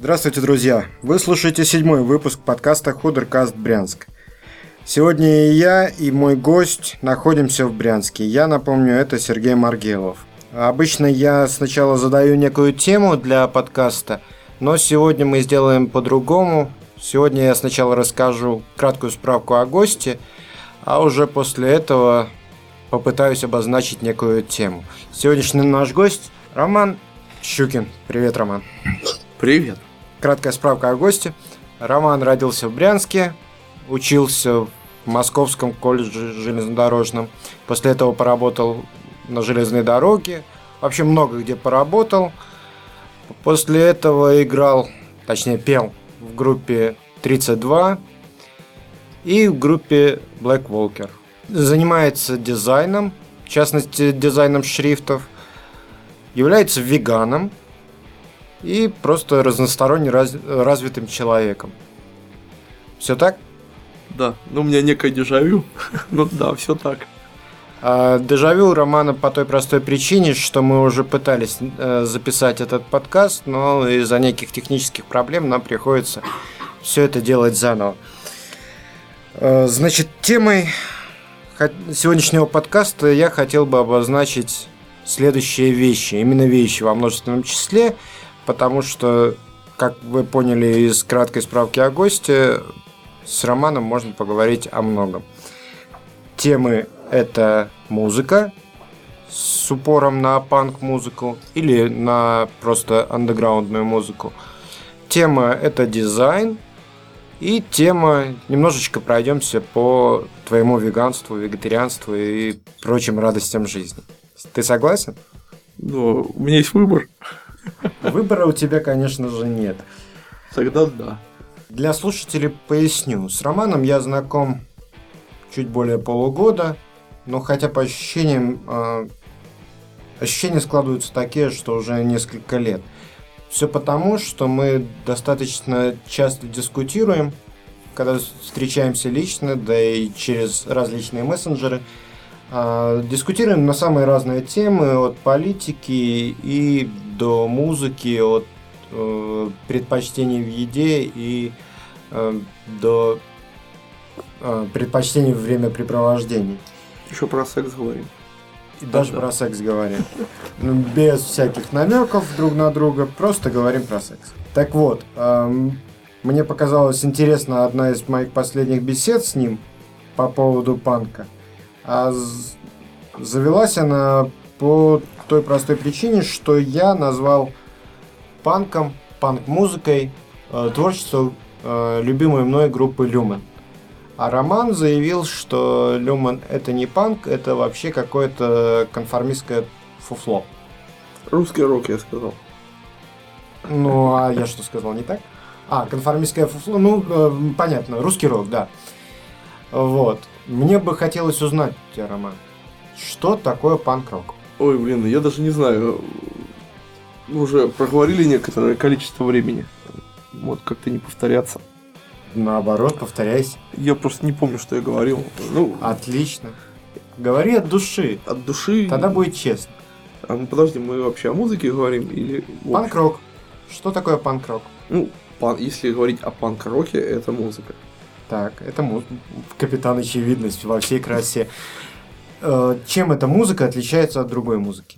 Здравствуйте, друзья! Вы слушаете 7-й выпуск подкаста «Худеркаст Брянск». Сегодня и я, и мой гость находимся в Брянске. Я напомню, это Сергей Маргелов. Обычно я сначала задаю некую тему для подкаста, но сегодня мы сделаем по-другому. Сегодня я сначала расскажу краткую справку о госте, а уже после этого попытаюсь обозначить некую тему. Сегодняшний наш гость – Роман Щукин. Привет, Роман. Привет. Краткая справка о госте. Роман родился в Брянске, учился в Московском колледже железнодорожном. После этого поработал на железной дороге. Вообще много где поработал. После этого пел в группе 32 и в группе Black Walker. Занимается дизайном, в частности дизайном шрифтов. Является веганом и просто разносторонне развитым человеком. Все так? Да, у меня некое дежавю. Ну да, все так. Дежавю у Романа по той простой причине, что мы уже пытались записать этот подкаст, но из-за неких технических проблем нам приходится все это делать заново. Значит, темой сегодняшнего подкаста я хотел бы обозначить следующие вещи. Именно вещи во множественном числе, потому что, как вы поняли из краткой справки о госте, с Романом можно поговорить о многом. Темы – это музыка с упором на панк-музыку или на просто андеграундную музыку. Тема – это дизайн. И тема – немножечко пройдемся по твоему веганству, вегетарианству и прочим радостям жизни. Ты согласен? Ну, у меня есть выбор. Выбора у тебя, конечно же, нет. Тогда да. Для слушателей поясню. С Романом я знаком чуть более полугода, но хотя по ощущениям складываются такие, что уже несколько лет. Все потому, что мы достаточно часто дискутируем, когда встречаемся лично, да и через различные мессенджеры. Дискутируем на самые разные темы, от политики и до музыки, от предпочтений в еде и до предпочтений в времяпрепровождении. Еще про секс говорим. И даже про секс говорим. Без всяких намеков друг на друга, просто говорим про секс. Так вот, мне показалась интересна одна из моих последних бесед с ним по поводу панка. Завелась она по той простой причине, что я назвал панком, панк-музыкой творчество любимой мной группы Люмен. А Роман заявил, что Люмен это не панк, это вообще какое-то конформистское фуфло. Русский рок, я сказал. Ну, а я что сказал, не так? Конформистское фуфло, понятно, русский рок, да. Вот. Мне бы хотелось узнать у тебя, Роман, что такое панк-рок? Ой, блин, я даже не знаю. Мы уже проговорили некоторое количество времени. Вот как-то не повторяться. Наоборот, повторяйся. Я просто не помню, что я говорил. Отлично. Говори от души. От души. Тогда будет честно. Подожди, мы вообще о музыке говорим или... Панк-рок. Что такое панк-рок? Если говорить о панк-роке, это музыка. Так, это капитан очевидность во всей красе. Чем эта музыка отличается от другой музыки?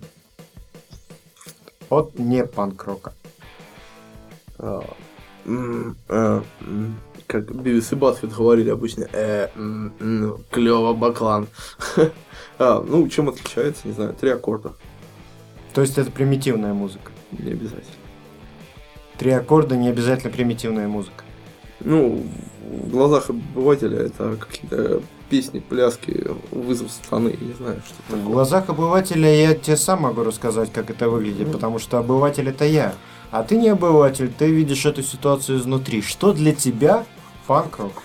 От не панк-рока. Как Бивис и Батфит говорили обычно, клёво, баклан. Чем отличается, не знаю, 3 аккорда. То есть это примитивная музыка? Не обязательно. 3 аккорда не обязательно примитивная музыка. В глазах обывателя это какие-то песни, пляски, вызов сатаны, не знаю, что такое. В глазах обывателя я тебе сам могу рассказать, как это выглядит, потому что обыватель это я. А ты не обыватель, ты видишь эту ситуацию изнутри. Что для тебя панк-рок?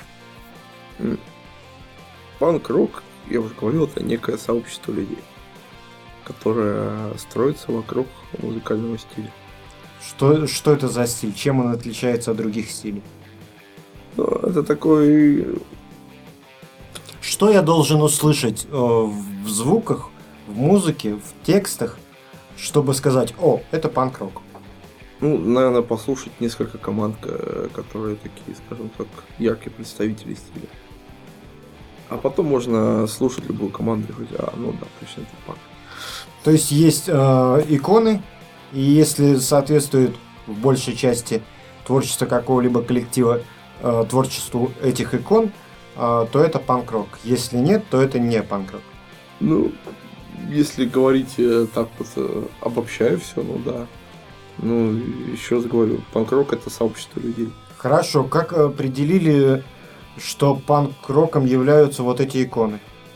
Панк-рок, я уже говорил, это некое сообщество людей, которое строится вокруг музыкального стиля. Что это за стиль? Чем он отличается от других стилей? Это такой... Что я должен услышать в звуках, в музыке, в текстах, чтобы сказать: о, это панк-рок? Ну, наверное, послушать несколько команд, которые такие, скажем так, яркие представители стиля. А потом можно слушать любую команду и говорить, ну да, точно это панк. То есть есть иконы, и если соответствует в большей части творчество какого-либо коллектива творчеству этих икон, то это панк-рок. Если нет, то это не панк-рок. Ну, если говорить так вот, обобщая все, ну да. Ну, еще раз говорю, панк-рок — это сообщество людей. Хорошо, как определили, что панк-роком являются вот эти иконы?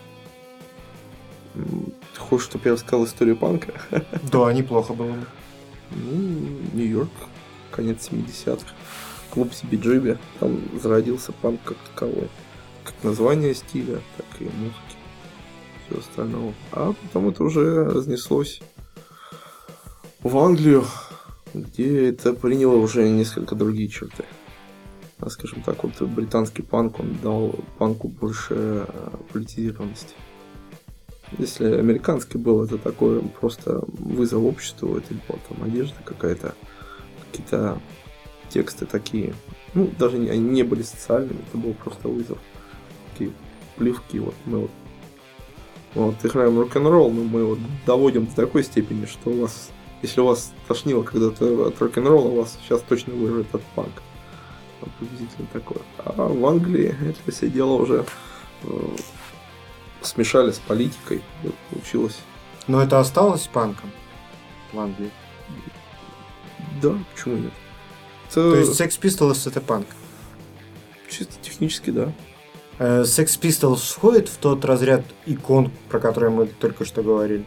Ты хочешь, чтобы я рассказал историю панка? Да, неплохо было бы. Ну, Нью-Йорк, конец 70-х. Клуб CBGB. Там зародился панк как таковой. Как название стиля, так и музыки. Все остальное. А потом это уже разнеслось в Англию, где это приняло уже несколько другие черты. Скажем так, вот британский панк, он дал панку больше политизированности. Если американский был, это такое просто вызов обществу, это была там одежда какая-то, какие-то тексты такие. Ну, даже они не были социальными, это был просто вызов. Такие плевки, вот мы вот играем рок-н-ролл, но мы вот доводим до такой степени, что у вас, если у вас тошнило когда-то от рок-н-ролла, у вас сейчас точно вырвет от панка. Вот приблизительно такое. А в Англии это все дело уже смешали с политикой, вот получилось. Но это осталось панком в Англии? Да, почему нет? То есть Sex Pistols это панк? Чисто технически, да. Sex Pistols входит в тот разряд икон, про который мы только что говорили?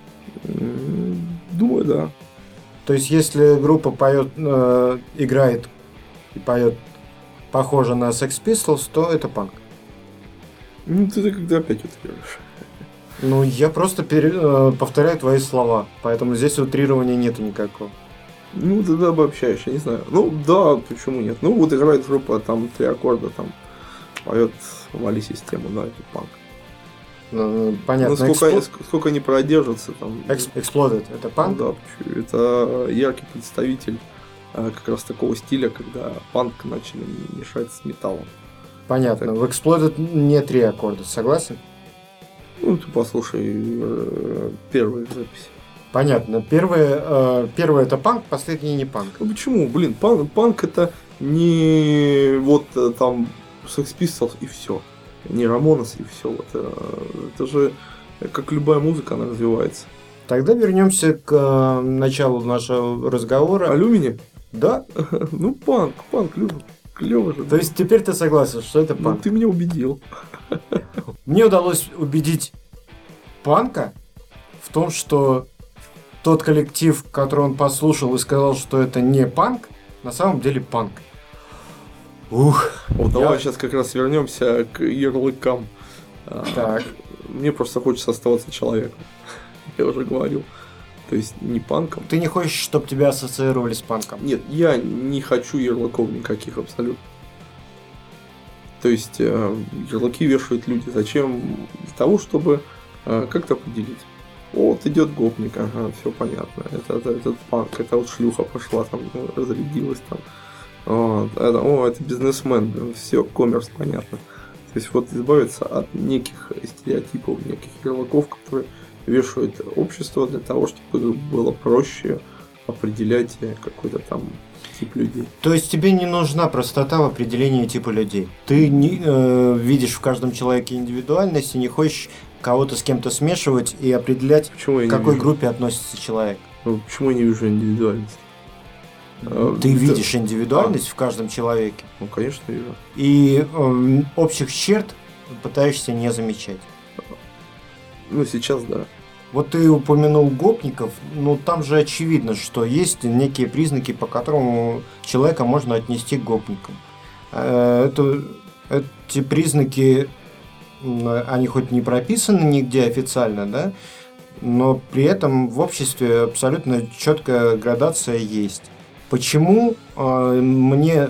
Думаю, да. То есть если группа поет, играет и поет похоже на Sex Pistols, то это панк? Ну, ты когда опять утрируешь? Ну, я просто повторяю твои слова, поэтому здесь утрирования нету никакого. Ну, ты да обобщаешь, я не знаю. Ну, да, почему нет? Ну, вот играет группа, там, 3 аккорда, там, поет «Вали систему», да, это панк. Понятно. Ну, сколько они продержатся, там... Exploded, это панк? Да, это яркий представитель как раз такого стиля, когда панк начали мешать с металлом. Понятно. Так. В Exploded не 3 аккорда, согласен? Ну, ты послушай первую запись. Понятно. Первое это панк, последнее не панк. Ну почему? Блин, панк это не вот там Sex Pistols и все. Не Рамонес и все. Вот, это же как любая музыка, она развивается. Тогда вернемся к началу нашего разговора. Алюминий? Да? Ну, панк, клево же. То есть теперь ты согласен, что это панк? Ну, ты меня убедил. Мне удалось убедить панка в том, что тот коллектив, который он послушал и сказал, что это не панк, на самом деле панк. Ух. Вот давай сейчас как раз вернемся к ярлыкам. Так. Мне просто хочется оставаться человеком. Я уже говорил. То есть не панком. Ты не хочешь, чтобы тебя ассоциировали с панком? Нет, я не хочу ярлыков никаких абсолютно. То есть ярлыки вешают люди. Зачем? Для того, чтобы как-то определить. Вот идет гопник, ага, все понятно. Это панк, это вот шлюха пошла, там, разрядилась там. Это бизнесмен, все, коммерс, понятно. То есть вот избавиться от неких стереотипов, неких ярлыков, которые вешают общество для того, чтобы было проще определять какой-то там тип людей. То есть тебе не нужна простота в определении типа людей. Ты видишь в каждом человеке индивидуальность и не хочешь кого-то с кем-то смешивать и определять, к какой группе относится человек. Ну, почему я не вижу индивидуальность? Ты видишь индивидуальность в каждом человеке. Ну, конечно, вижу. И общих черт пытаешься не замечать. Ну, сейчас да. Вот ты упомянул гопников, ну там же очевидно, что есть некие признаки, по которым человека можно отнести к гопникам. Эти признаки, они хоть не прописаны нигде официально, да, но при этом в обществе абсолютно четкая градация есть. Почему мне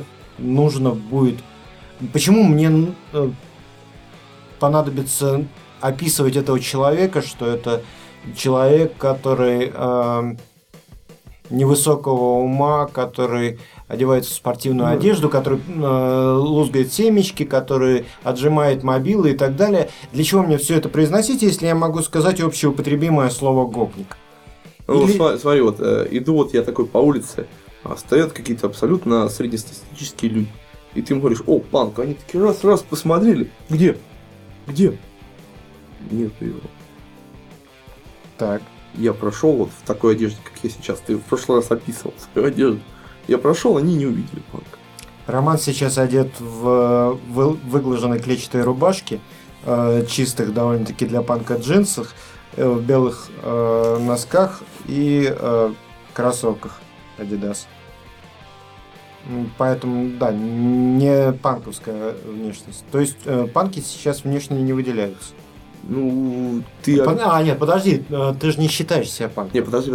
понадобится описывать этого человека, что это человек, который невысокого ума, который одевается в спортивную одежду, который лузгает семечки, который отжимает мобилы и так далее. Для чего мне все это произносить, если я могу сказать общеупотребимое слово «гопник»? Ну, смотри, вот иду вот я такой по улице, а стоят какие-то абсолютно среднестатистические люди. И ты им говоришь: о, панк, они такие раз посмотрели. Где? Нет его. Так. Я прошел вот в такой одежде, как я сейчас. Ты в прошлый раз описывал свою одежду. Я прошел, они не увидели панка. Роман сейчас одет в выглаженной клетчатой рубашке, чистых довольно-таки для панка джинсах, в белых носках и кроссовках Adidas. Поэтому, да, не панковская внешность. То есть панки сейчас внешне не выделяются. Ну, ты... Нет, подожди, ты же не считаешь себя панком. Нет, подожди.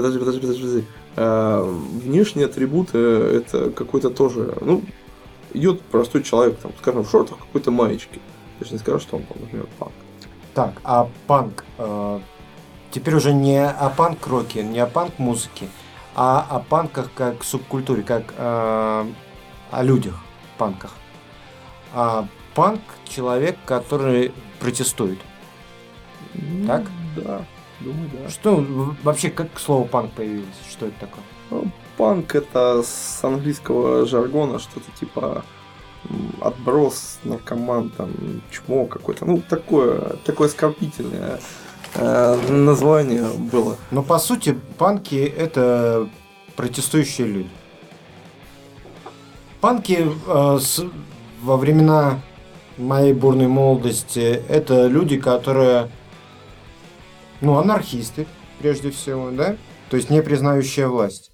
Внешние атрибуты это какой-то тоже... Ну, идет простой человек, там, скажем, в шортах, какой-то маечке. Ты же не скажешь, что он, там, например, панк. Так, а панк... Теперь уже не о панк-роке, не о панк-музыке, а о панках как субкультуре, как о людях, панках. Панк – человек, который протестует. Так? Да, думаю, да. Что вообще, как слово панк появилось? Что это такое? Ну, панк это с английского жаргона что-то типа отброс, наркоман, там, чмо какое-то. Ну, такое оскорбительное название было. Но по сути панки – это протестующие люди. Панки во времена моей бурной молодости – это люди, которые... Ну, анархисты, прежде всего, да? То есть не признающие власть.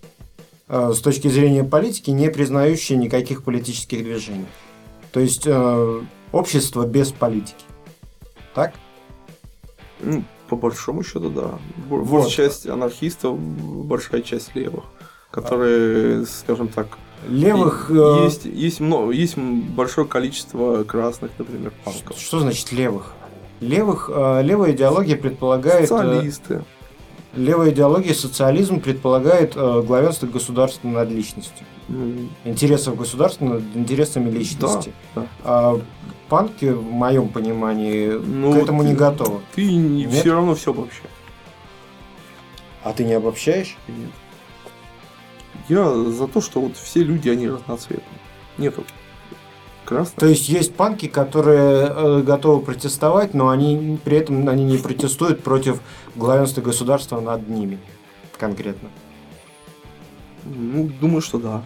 С точки зрения политики, не признающие никаких политических движений. То есть общество без политики. Так? Ну, по большому счету, да. Вот. Большая часть анархистов, большая часть левых, которые, скажем так... Левых... Есть большое количество красных, например, панков. Что значит левых? Левая идеология предполагает... Социалисты. Левая идеология, социализм предполагает главенство государства над личностью. Интересов государства над интересами личности. Да. Панки, в моем понимании, к этому не готовы. Ты все равно все обобщаешь. А ты не обобщаешь? Нет. Я за то, что вот все люди, они разноцветные. Нету красных. То есть есть панки, которые готовы протестовать, но при этом они не протестуют против главенства государства над ними конкретно. Ну, думаю, что да.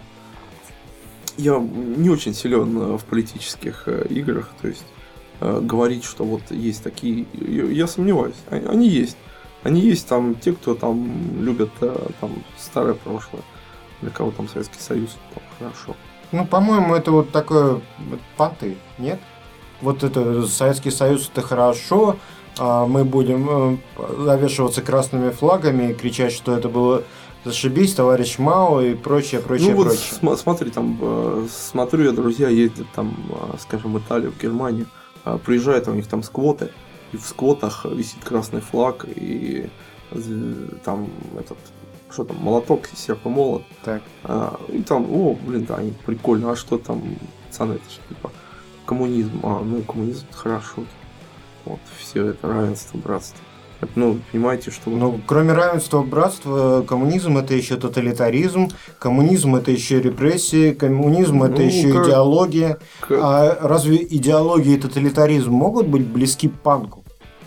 Я не очень силен в политических играх, то есть говорить, что вот есть такие, я сомневаюсь. Они есть. Они есть там те, кто там любят там старое прошлое, для кого там Советский Союз там хорошо. Ну, по-моему, это вот такое понты, нет? Вот это Советский Союз это хорошо, мы будем завешиваться красными флагами и кричать, что это было зашибись, товарищ Мао и прочее. Вот смотри, там, смотрю я, друзья ездят там, скажем, в Италию, в Германию, приезжают, у них там сквоты, и в сквотах висит красный флаг, и там что там, молоток, серп и молот. Так. И там, да, они прикольно, а что там, пацаны, это же типа коммунизм. Коммунизм хорошо. Вот, все это равенство, братство. Это, понимаете, что... Ну, кроме равенства, братства, коммунизм это еще тоталитаризм, коммунизм это еще репрессии, коммунизм это еще идеология. А разве идеология и тоталитаризм могут быть близки к панку?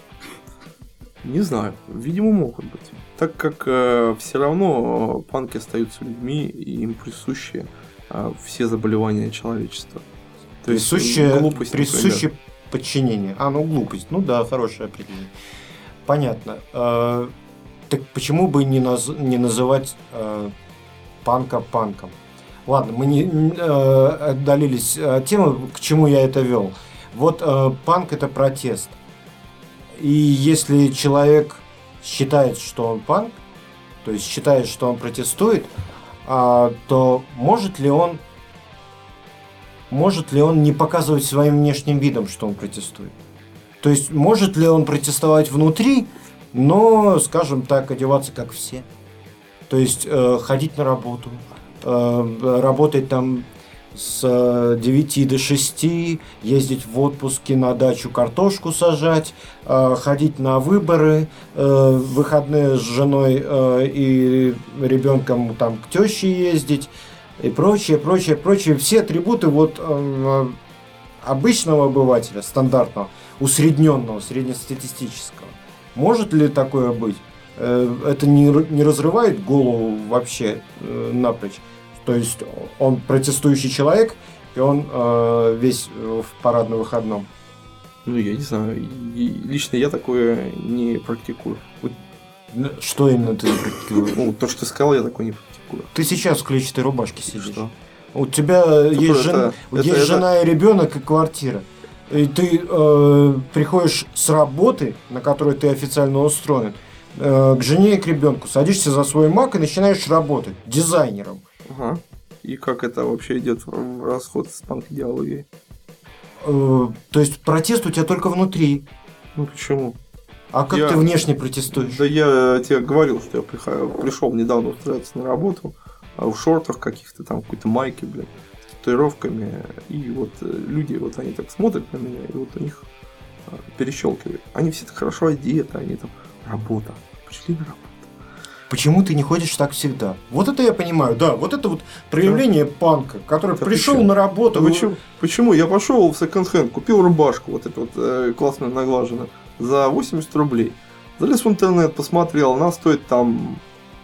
Не знаю, видимо, могут быть. Так как все равно панки остаются людьми, и им присущи все заболевания человечества. То есть глупость, присуще подчинение. Глупость. Ну да, хорошее определение. Понятно. Так почему бы не называть панка панком? Ладно, мы не отдалились от темы, к чему я это вел. Вот панк это протест. И если человек считает, что он панк, то есть считает, что он протестует, то может ли он не показывать своим внешним видом, что он протестует? То есть может ли он протестовать внутри, но, скажем так, одеваться как все? То есть ходить на работу, работать там с 9 до 6, ездить в отпуске на дачу картошку сажать, ходить на выборы, выходные с женой и ребенком там к теще ездить и прочее, прочее, прочее. Все атрибуты вот обычного обывателя, стандартного, усредненного, среднестатистического. Может ли такое быть? Это не разрывает голову вообще напрочь? То есть он протестующий человек, и он весь в парадно-выходном. Ну, я не знаю. Лично я такое не практикую. Что именно ты не практикуешь? Ну, то, что ты сказал, я такое не практикую. Ты сейчас в клетчатой рубашке сидишь. Что? У тебя есть жена и ребенок, и квартира. И ты приходишь с работы, на которой ты официально устроен, к жене и к ребенку, садишься за свой Mac и начинаешь работать дизайнером. Ага. И как это вообще идет в расход с панк-идеологией? То есть протест у тебя только внутри. Ну почему? А как ты внешне протестуешь? Да я тебе говорил, что я пришел недавно устраиваться на работу, в шортах каких-то там, какой-то майке, блин, с татуировками. И вот люди, вот они так смотрят на меня, и вот у них перещелкивает. Они все так хорошо одеты, они там работа. Пошли на работу. Почему ты не ходишь так всегда? Вот это я понимаю, да, вот это вот проявление панка, который пришел на работу. Почему? Я пошел в секонд-хенд, купил рубашку, вот эту вот классную наглаженную, за 80 рублей. Залез в интернет, посмотрел, она стоит там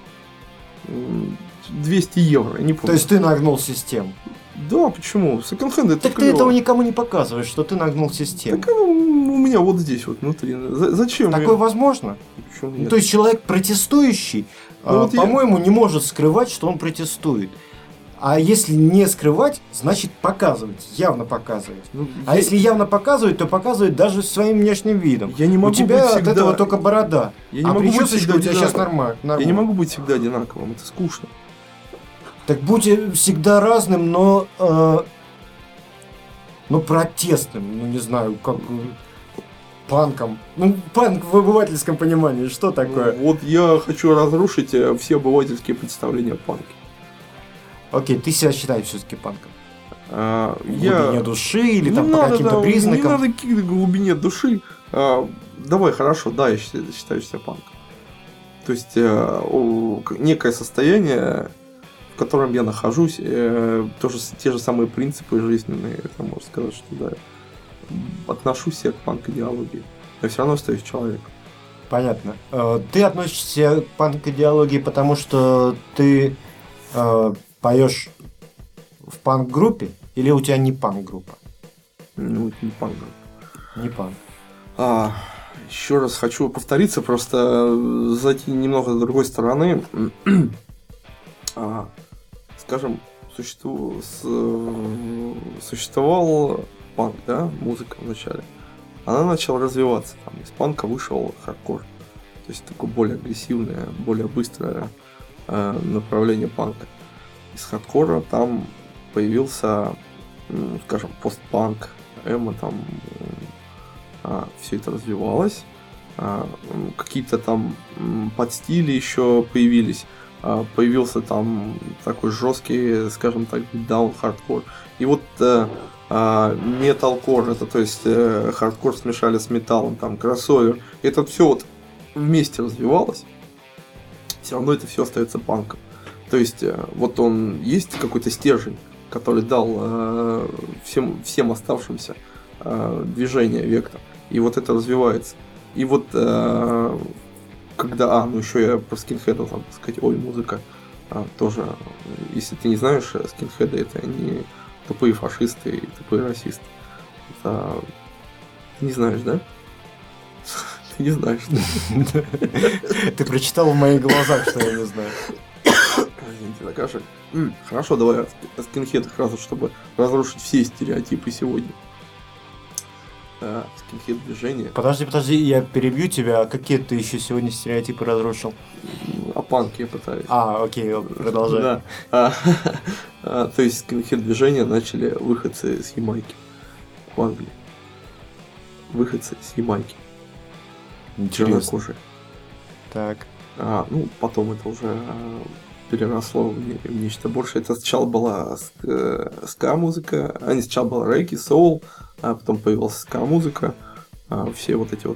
200 евро, не помню. То есть ты нагнул систему? Да, почему? Секонд-хенд это так клево. Ты этого никому не показываешь, что ты нагнул систему. Так у меня вот здесь вот внутри. Зачем? Такое возможно? Почему нет? То есть человек протестующий, по-моему, не может скрывать, что он протестует. А если не скрывать, значит показывать, явно показывать. Если явно показывать, то показывать даже своим внешним видом. Я не могу у тебя быть от этого только борода. Я не могу быть всегда у тебя сейчас нормально. Я не могу быть всегда одинаковым, это скучно. Так будь всегда разным, но протестным, ну не знаю, как панком. Ну, панк в обывательском понимании, что такое? Вот я хочу разрушить все обывательские представления о панке. Окей, ты себя считаешь все-таки панком? В глубине души или там по каким-то признакам? Не надо каких-то глубине души. Давай, хорошо, да, я считаю себя панком. То есть некое состояние, в котором я нахожусь, тоже те же самые принципы жизненные, это можно сказать, что да, отношусь я к панк-идеологии. Я все равно остаюсь человеком. Понятно. Ты относишься к панк-идеологии, потому что ты поешь в панк-группе, или у тебя не панк-группа? Ну, это не панк-группа. Не панк. Еще раз хочу повториться, просто зайти немного с другой стороны. Скажем, существовал панк, да, музыка вначале. Она начала развиваться. Там, из панка вышел хардкор. То есть такое более агрессивное, более быстрое направление панка. Из хардкора там появился, скажем, постпанк, эмо, там все это развивалось. Какие-то там подстили еще появились. Появился там такой жесткий, скажем так, даун хардкор. И вот металкор, это то есть хардкор смешали с металлом, там кроссовер. Это все вот вместе развивалось. Все равно это все остается панком. То есть вот он есть какой-то стержень, который дал всем оставшимся движение, вектор. И вот это развивается. И вот когда, еще я про скинхедов забыл сказать, музыка тоже, если ты не знаешь, скинхеды это не тупые фашисты и тупые расисты. Это... Ты не знаешь, да? Ты не знаешь, да? Ты прочитал в моих глазах, что я не знаю. Извините, докажи. Хорошо, давай о скинхедах сразу, чтобы разрушить все стереотипы сегодня. Скинхед движение. Подожди, я перебью тебя. А какие ты еще сегодня стереотипы разрушил? О панке я пытаюсь. Окей, продолжай. Да. То есть скинхед движение начали выходцы с Ямайки в Англии. Выходцы с Ямайки. Интересно. Чернокожие. Так. Потом это уже переросло в нечто большее. Это сначала была ска-музыка, сначала была регги, соул, а потом появилась ска-музыка. Все вот эти вот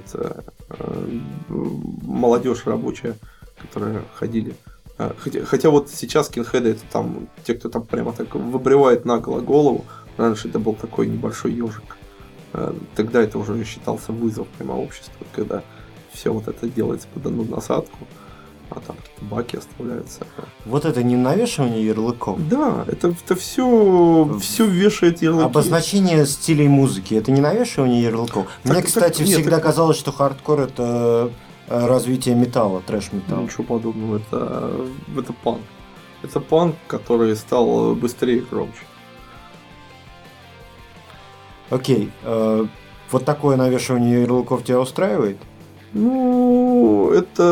молодежь рабочая, которые ходили. Хотя вот сейчас скинхеды это там те, кто там прямо так выбривает наголо голову. Раньше это был такой небольшой ежик. Тогда это уже считался вызов прямо обществу, когда все вот это делается под одну насадку, а там какие-то баки оставляются. Вот это не навешивание ярлыков? Да, это все вешает ярлыки. Обозначение стилей музыки — это не навешивание ярлыков? Мне, кстати, всегда казалось, что хардкор — это развитие металла, трэш-металла. Ничего подобного, это панк. Это панк, который стал быстрее и громче. Окей, вот такое навешивание ярлыков тебя устраивает? Ну,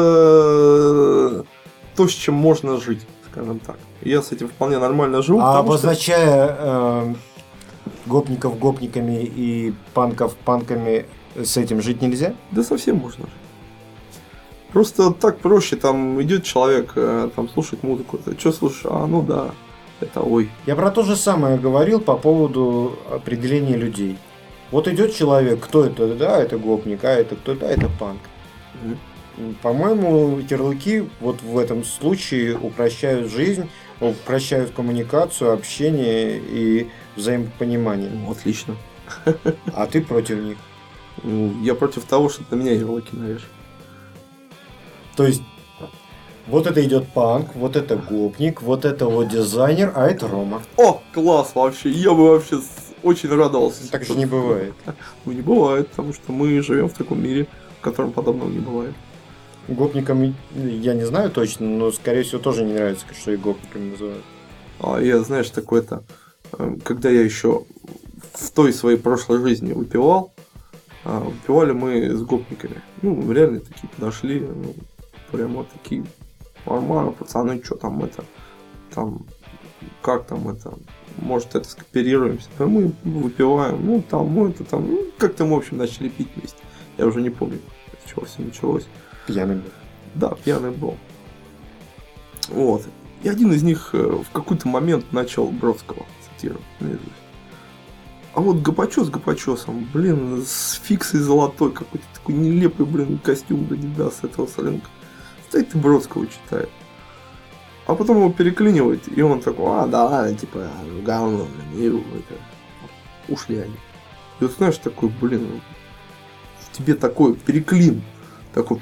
это то, с чем можно жить, скажем так. Я с этим вполне нормально живу. А обозначая гопников гопниками и панков панками, с этим жить нельзя? Да совсем можно жить. Просто так проще, там идет человек, там слушает музыку. Что слушаешь? Ну да, это ой. Я про то же самое говорил по поводу определения людей. Вот идет человек, кто это? Да, это гопник, а это кто? Да, это панк. По-моему, ярлыки вот в этом случае упрощают жизнь, упрощают коммуникацию, общение и взаимопонимание. Отлично. А ты против них? Я против того, что на меня ярлыки навешивают. То есть, вот это идет панк, вот это гопник, вот это вот дизайнер, а это Рома. О, класс вообще! Я бы вообще очень радовался. Так же не бывает. Ну, не бывает, потому что мы живем в таком мире, в котором подобного не бывает. Гопникам я не знаю точно, но, скорее всего, тоже не нравится, что и гопниками называют. Я, знаешь, такое-то, когда я еще в той своей прошлой жизни выпивал, выпивали мы с гопниками. Ну, реально такие подошли, прямо такие, нормально, пацаны, что там это, там, как там это, может это скооперируемся, да мы выпиваем, ну там, это там, как-то мы, в общем, начали пить вместе. Я уже не помню, с чего все началось. Пьяный был. Да, пьяный был. Вот. И один из них в какой-то момент начал Бродского цитировать. А вот Гопачёс с Гопачёсом, блин, с фиксой золотой, какой-то такой нелепый, блин, костюм до Дидаса этого Соленко. Стоит и Бродского читает. А потом его переклинивает, и он такой, да, типа, говно, блин, и это, ушли они. И вот знаешь, такой, блин, в тебе такой переклин, такой,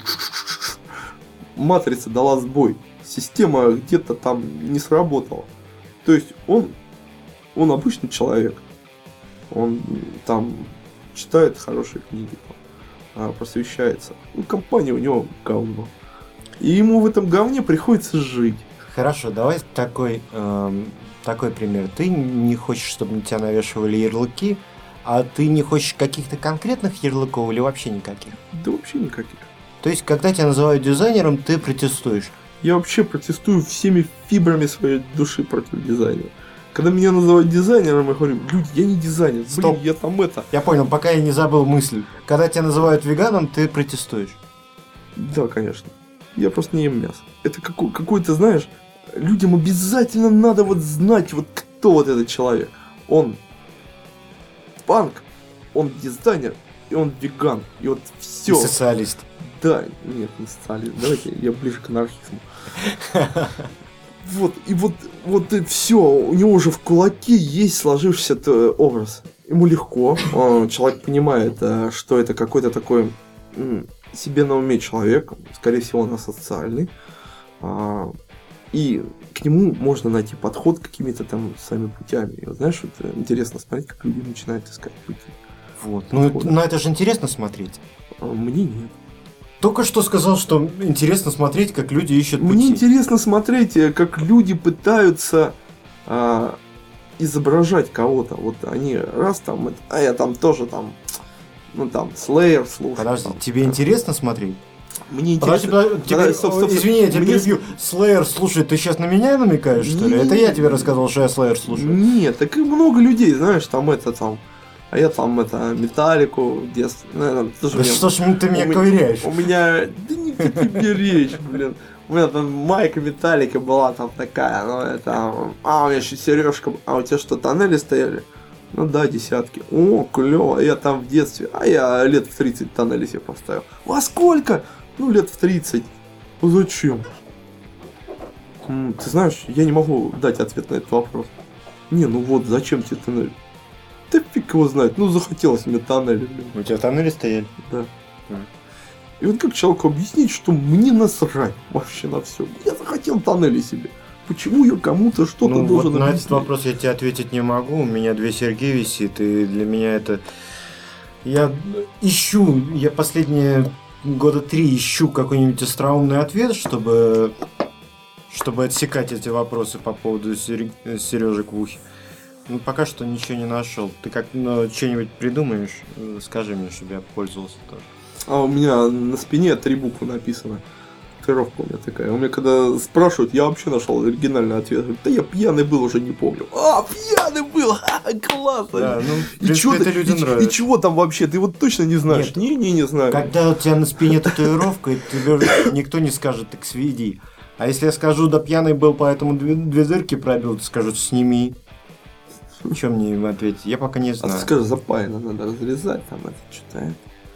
матрица дала сбой, система где-то там не сработала. То есть он обычный человек, он там читает хорошие книги, просвещается. Ну, компания у него говно. И ему в этом говне приходится жить. Хорошо, давай такой пример. Ты не хочешь, чтобы на тебя навешивали ярлыки, а ты не хочешь каких-то конкретных ярлыков или вообще никаких? Да вообще никаких. То есть, когда тебя называют дизайнером, ты протестуешь? Я вообще протестую всеми фибрами своей души против дизайнера. Когда меня называют дизайнером, я говорю, люди, я не дизайнер, Стоп. блин, я там это. Я понял, пока я не забыл мысль. Когда тебя называют веганом, ты протестуешь? Да, конечно. Я просто не ем мясо. Это какой-то, знаешь, людям обязательно надо вот знать, вот кто вот этот человек. Он панк, он дизайнер, и он веган. И вот все. И социалист. Да, нет, не социалист. Давайте я ближе к анархизму. Вот, и вот все, у него уже в кулаке есть сложившийся образ. Ему легко, человек понимает, что это какой-то такой себе на уме человек, скорее всего, он асоциальный, и к нему можно найти подход какими-то там своими путями. И вот, знаешь, вот интересно смотреть, как люди начинают искать пути. Вот. Но это же интересно смотреть. Мне нет. Только что сказал, что интересно смотреть, как люди ищут пути. Мне интересно смотреть, как люди пытаются изображать кого-то. Вот они раз там, я там тоже там, ну там, Slayer слушаю. Подожди, там, тебе интересно смотреть? Мне интересно. Извини, я тебя перебью. Slayer слушает, ты сейчас на меня намекаешь, что ли? Это я тебе рассказал, что я Slayer слушаю. Нет, так и много людей, знаешь, там это там. А я там Металлику в детстве. Да что ж ты меня ковыряешь? У меня... Да не тебе речь, блин. У меня там майка Металлики была там такая, ну это... у меня еще сережка. А у тебя что, тоннели стояли? Ну да, десятки. О, клево. Я там в детстве. А я лет в 30 тоннели себе поставил. Во сколько? Ну, лет в 30. Ну зачем? Ты знаешь, я не могу дать ответ на этот вопрос. Не, ну вот, зачем тебе тоннель? Да фиг его знает, ну захотелось мне тоннели, блин. У тебя тоннели стояли? Да. И вот как человеку объяснить, что мне насрать вообще на все. Я захотел тоннели себе. Почему я кому-то что-то должен вот на объяснить? этот вопрос я тебе ответить не могу. У меня 2 серьги висит, и для меня это... Я последние года 3 ищу какой-нибудь остроумный ответ, чтобы отсекать эти вопросы по поводу сережек в ухе. Ну, пока что ничего не нашел. Ты как что-нибудь придумаешь, скажи мне, чтобы я пользовался тоже. А у меня на спине 3 буквы написано. Татуировка у меня такая. У меня когда спрашивают, я вообще нашел оригинальный ответ. Говорю, да я пьяный был, уже не помню. Пьяный был! Классно! Да, ну, в принципе, это людям нравится. И чего там вообще? Ты вот точно не знаешь? Нет, не знаю. Когда у тебя на спине татуировка, тебе никто не скажет, так сведи. А если я скажу, да пьяный был, поэтому 2 дырки пробил, то скажут, сними. Что мне им ответить? Я пока не знаю. А ты скажи, запаяно надо разрезать, там это что-то.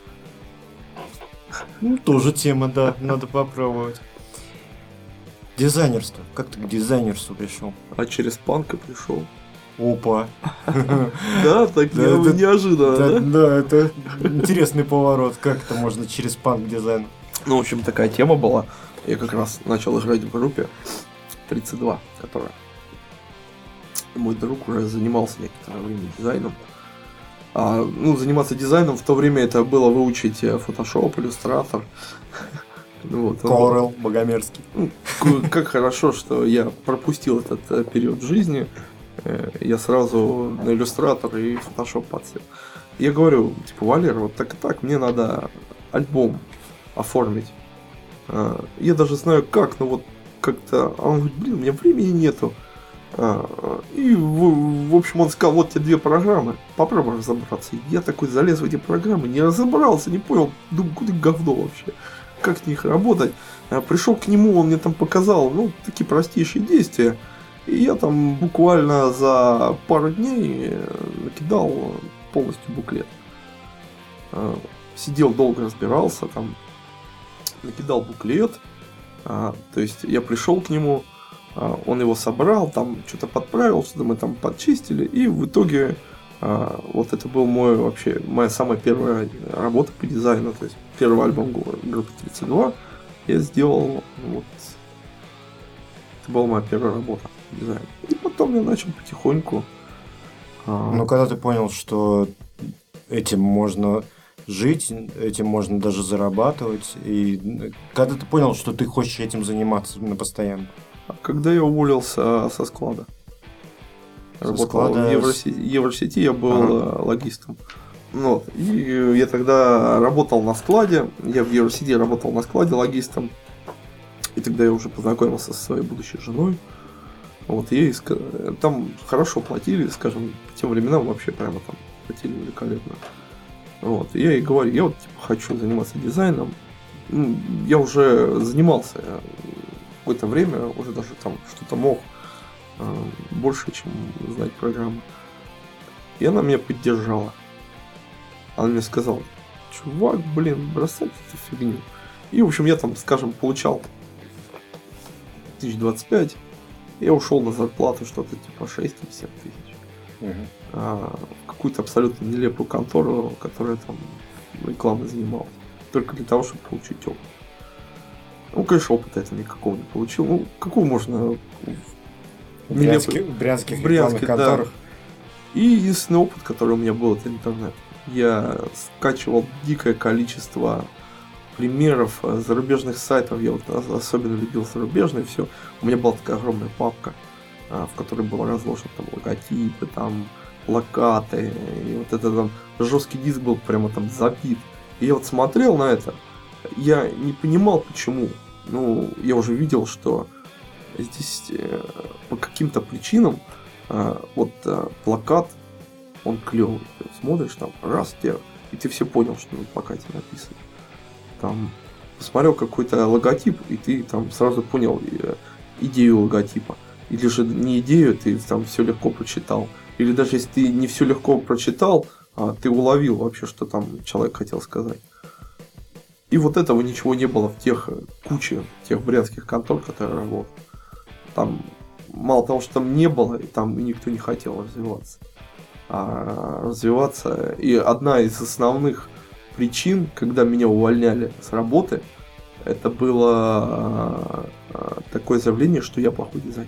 Ну, тоже тема, да, надо попробовать. Дизайнерство. Как ты к дизайнерству пришел? А через панка пришел. Опа. Да, так неожиданно, да? Да, это интересный поворот. Как это можно через панк дизайн? Ну, в общем, такая тема была. Я как раз начал играть в группе 32, которая... Мой друг уже занимался некоторое время дизайном. Заниматься дизайном в то время это было выучить Photoshop, Illustrator. Corel, Богомерзкий. Как хорошо, что я пропустил этот период в жизни. Я сразу на Illustrator и Photoshop подсел. Я говорю, типа, Валер, вот так и так, мне надо альбом оформить. Я даже знаю как, но вот как-то... А он говорит, блин, у меня времени нету. И, в общем, он сказал, вот тебе 2 программы, попробуй разобраться. Я такой залез в эти программы, не разобрался, не понял, думаю, куда говно вообще, как с них работать. Пришел к нему, он мне там показал, такие простейшие действия. И я там буквально за пару дней накидал полностью буклет. Сидел долго, разбирался, там, накидал буклет. То есть я пришел к нему, он его собрал, там что-то подправил, что-то мы там подчистили, и в итоге вот это был моя самая первая работа по дизайну, то есть первый альбом группы 32 я сделал, это была моя первая работа по дизайну. И потом я начал потихоньку. Но когда ты понял, что этим можно жить, этим можно даже зарабатывать, и когда ты понял, что ты хочешь этим заниматься на постоянно? Когда я уволился со склада. Работал в Евросети, я был логистом. И я тогда работал на складе, я в Евросети работал на складе логистом. И тогда я уже познакомился со своей будущей женой. Ей там хорошо платили, скажем, по тем временам вообще прямо там платили великолепно. И я ей говорю, я хочу заниматься дизайном. Я уже занимался какое-то время, уже даже там что-то мог больше, чем знать программу. И она меня поддержала. Она мне сказала, чувак, бросать эту фигню. И, в общем, я там, скажем, получал 1025. Я ушел на зарплату что-то типа 6-7 тысяч. В какую-то абсолютно нелепую контору, которая там рекламой занималась. Только для того, чтобы получить опыт. Конечно, опыта этого никакого не получил. Какого можно в брянских рекламных конторах? Да. И единственный опыт, который у меня был, это интернет. Я скачивал дикое количество примеров зарубежных сайтов. Я особенно любил зарубежные все. У меня была такая огромная папка, в которой был разложен там логотипы, там плакаты. И этот там жесткий диск был прямо там забит. И я смотрел на это. Я не понимал, почему. Я уже видел, что здесь по каким-то причинам плакат он клевый. Ты смотришь там, раз тебе, и ты все понял, что на плакате написано. Там посмотрел какой-то логотип, и ты там сразу понял идею логотипа. Или же не идею, ты там все легко прочитал. Или даже если ты не все легко прочитал, а ты уловил вообще, что там человек хотел сказать. И вот этого ничего не было в тех куче тех брянских контор, которые работают. Там мало того, что там не было, и там никто не хотел развиваться. А развиваться. И одна из основных причин, когда меня увольняли с работы, это было такое заявление, что я плохой дизайнер.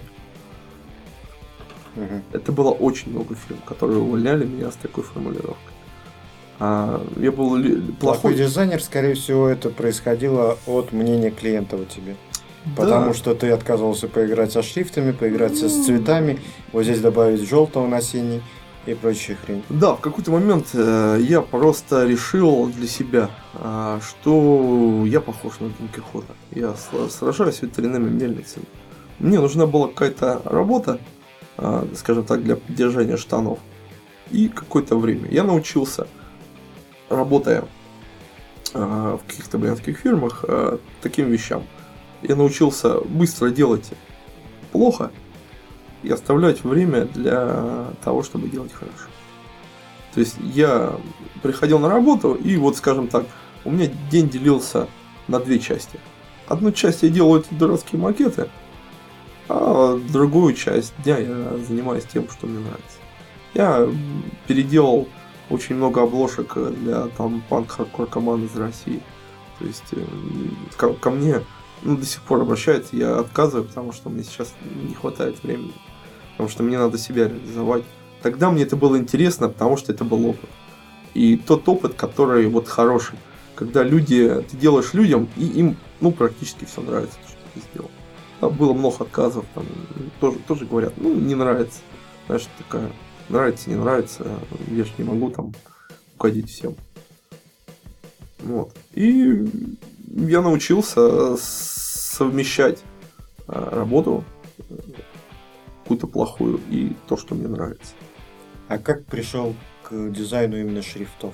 Это было очень много фирм, которые увольняли меня с такой формулировкой. Я был плохой дизайнер, скорее всего, это происходило от мнения клиента у тебя. Да. Потому что ты отказывался поиграть со шрифтами, поиграть с цветами, вот здесь добавить желтого на синий и прочая хрень. Да, в какой-то момент я просто решил для себя, что я похож на Дон Кихота. Я сражаюсь с ветряными мельницами. Мне нужна была какая-то работа, скажем так, для поддержания штанов. И какое-то время я научился, работая в каких-то брянских фирмах, таким вещам. Я научился быстро делать плохо и оставлять время для того, чтобы делать хорошо. То есть я приходил на работу, и вот, скажем так, у меня день делился на две части. Одну часть я делаю эти дурацкие макеты, а другую часть дня я занимаюсь тем, что мне нравится. Я переделал очень много обложек для там панк-хардкор команд из России. То есть ко мне до сих пор обращаются, я отказываю, потому что мне сейчас не хватает времени. Потому что мне надо себя реализовать. Тогда мне это было интересно, потому что это был опыт. И тот опыт, который вот хороший. Когда ты делаешь людям, и им практически все нравится, что ты сделал. Там было много отказов, там тоже говорят, не нравится. Знаешь, такая, нравится, не нравится, я же не могу там угодить всем. Вот. И я научился совмещать работу, какую-то плохую, и то, что мне нравится. А как пришел к дизайну именно шрифтов?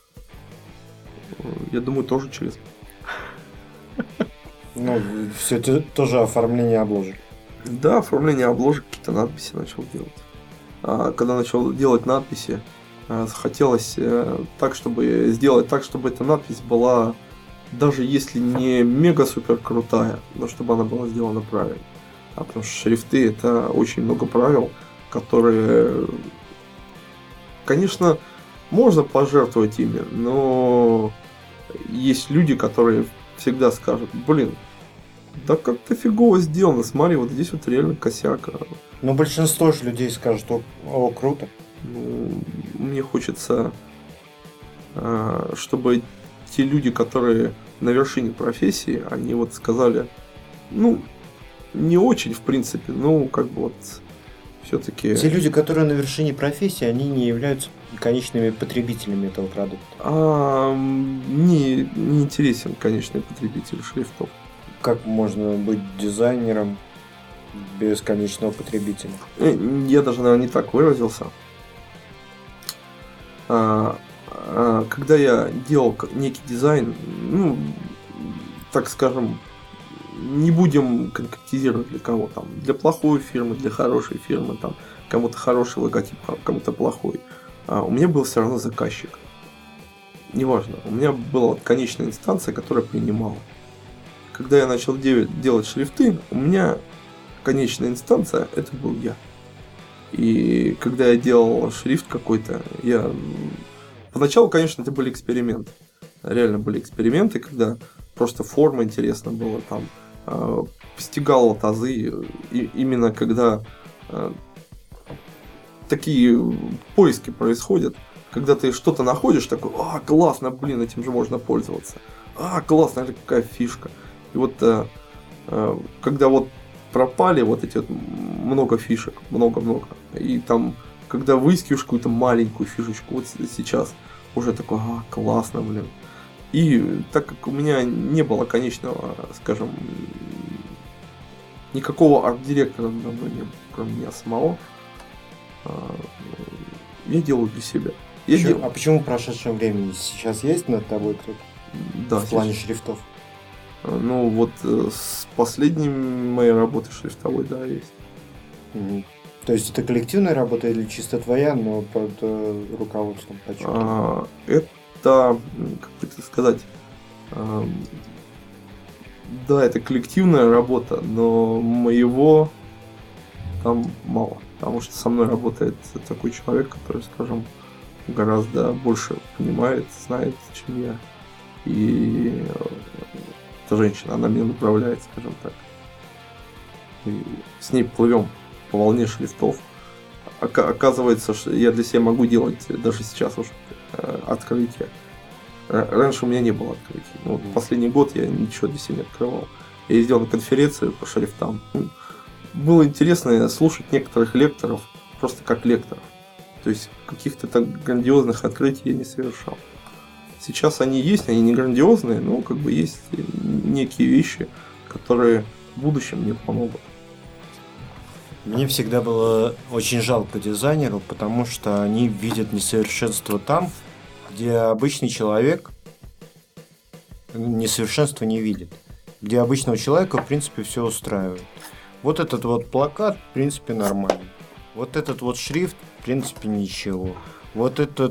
Я думаю, тоже через... Все тоже оформление обложек. Да, оформление обложек, какие-то надписи начал делать. Когда начал делать надписи, хотелось так, чтобы сделать так, чтобы эта надпись была, даже если не мега-супер крутая, но чтобы она была сделана правильно. Потому что шрифты — это очень много правил, которые, конечно, можно пожертвовать ими, но есть люди, которые всегда скажут: блин, да как-то фигово сделано, смотри, вот здесь вот реально косяк. Но большинство же людей скажут: о, круто. Мне хочется, чтобы те люди, которые на вершине профессии, они вот сказали, не очень, в принципе, все-таки... Те люди, которые на вершине профессии, они не являются конечными потребителями этого продукта. Мне не интересен конечный потребитель шрифтов. Как можно быть дизайнером без конечного потребителя? Я даже, наверное, не так выразился. Когда я делал некий дизайн, так скажем, не будем конкретизировать для кого там, для плохой фирмы, для хорошей фирмы, там, кому-то хороший логотип, кому-то плохой. У меня был все равно заказчик. Неважно, у меня была конечная инстанция, которая принимала. Когда я начал делать шрифты, у меня конечная инстанция — это был я. И когда я делал шрифт какой-то, поначалу, конечно, это были эксперименты. Реально были эксперименты, когда просто форма интересна была, там, постигала тазы. И именно когда такие поиски происходят, когда ты что-то находишь, такой: классно, блин, этим же можно пользоваться. Классно, это какая фишка. И вот когда вот пропали вот эти вот много фишек, много-много, и там, когда выискиваешь какую-то маленькую фишечку, вот сейчас уже такой: классно, блин. И так как у меня не было конечного, скажем, никакого арт-директора давно не было, кроме меня самого, Я делаю для себя. А почему в прошедшем времени сейчас есть над тобой кто-то? Да, В плане шрифтов. Ну вот с последней моей работы шрифтовой, да, есть. То есть это коллективная работа или чисто твоя, но под руководством почему-то? Это, как бы это сказать, да, это коллективная работа, но моего там мало. Потому что со мной работает такой человек, который, скажем, гораздо больше понимает, знает, чем я. И эта женщина, она меня направляет, скажем так. И с ней плывем по волне шрифтов. Оказывается, что я для себя могу делать даже сейчас уже открытие. Раньше у меня не было открытий. Ну, последний год я ничего для себя не открывал. Я ездил на конференцию по шрифтам. Было интересно слушать некоторых лекторов просто как лекторов. То есть каких-то так грандиозных открытий я не совершал. Сейчас они есть, они не грандиозные, но как бы есть некие вещи, которые в будущем мне помогут. Мне всегда было очень жалко дизайнеров, потому что они видят несовершенство там, где обычный человек несовершенства не видит. Где обычного человека, в принципе, все устраивает. Вот этот вот плакат, в принципе, нормальный. Вот этот вот шрифт, в принципе, ничего. Вот эта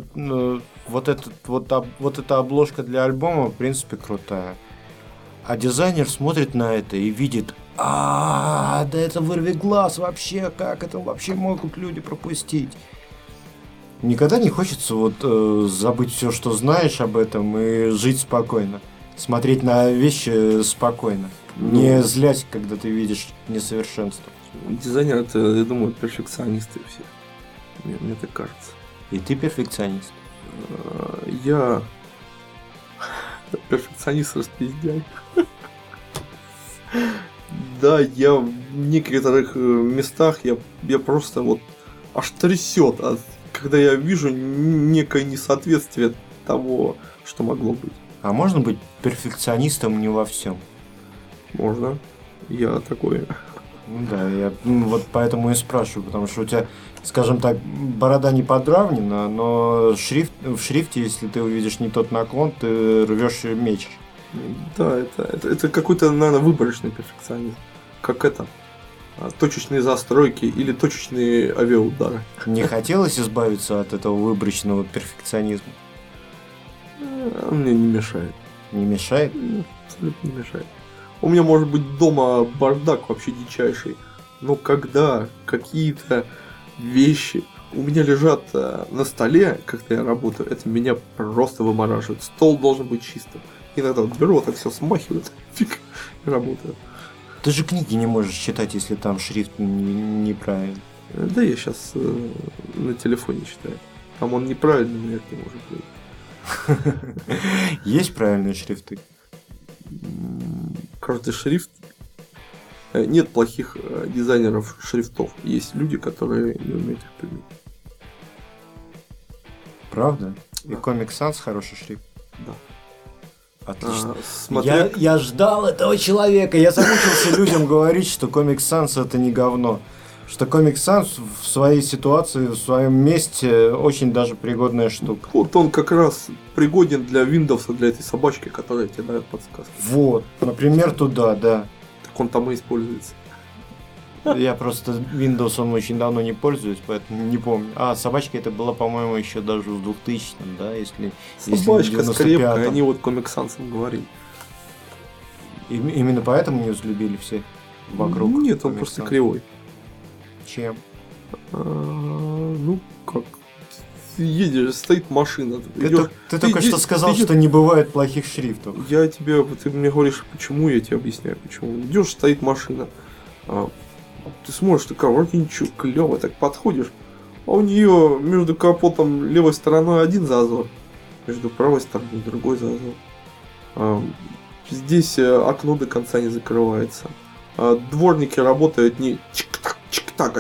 обложка для альбома, в принципе, крутая. А дизайнер смотрит на это и видит: да это вырви глаз вообще, как это вообще могут люди пропустить? Никогда не хочется забыть все, что знаешь об этом, и жить спокойно. Смотреть на вещи спокойно. Не злясь, когда ты видишь несовершенство. Дизайнер — это, я думаю, перфекционисты все. Мне так кажется. И ты перфекционист? Я перфекционист распиздяй. Да, я в некоторых местах я просто аж трясет, когда я вижу некое несоответствие того, что могло быть. А можно быть перфекционистом не во всем? Можно. Я такой. Да, я поэтому и спрашиваю, потому что у тебя, скажем так, борода не подравнена, но в шрифте, если ты увидишь не тот наклон, ты рвешь и мечешь. Да, это какой-то, наверное, выборочный перфекционизм. Как точечные застройки или точечные авиаудары. Не хотелось избавиться от этого выборочного перфекционизма? Мне не мешает. Не мешает? Абсолютно не мешает. У меня может быть дома бардак вообще дичайший, но когда какие-то вещи у меня лежат на столе, когда я работаю, это меня просто вымораживает. Стол должен быть чистым. Иногда беру, так все смахиваю, фиг, и работаю. Ты же книги не можешь читать, если там шрифт неправильный. Да, я сейчас на телефоне читаю. Там он неправильный, но я к нему уже привык. Есть правильные шрифты? Каждый шрифт... Нет плохих дизайнеров шрифтов. Есть люди, которые не умеют их применить. Правда? Да. И Comic Sans хороший шрифт? Да. Отлично. Я ждал этого человека. Я замучился людям говорить, что Comic Sans это не говно. Что Comic Sans в своей ситуации, в своем месте очень даже пригодная штука. Вот он как раз пригоден для Windows, для этой собачки, которая тебе дает подсказки. Вот, например, туда, да. Так он там и используется. Я просто Windows очень давно не пользуюсь, поэтому не помню. Собачка это была, по-моему, еще даже в 2000-м, да, если собачка если скрепка, они вот Comic Sans говорили. Именно поэтому не взлюбили все вокруг? Нет, он просто кривой. Чем? Ну, как? Едешь, стоит машина. Ты только что сказал, что не бывает плохих шрифтов. Ты мне говоришь, почему, я тебе объясняю, почему. Идешь, стоит машина. Ты смотришь, такая, вроде ничего, клево, так подходишь. А у нее между капотом левой стороной один зазор, между правой стороной другой зазор. Здесь окно до конца не закрывается. Дворники работают не чик-так, чик-так, а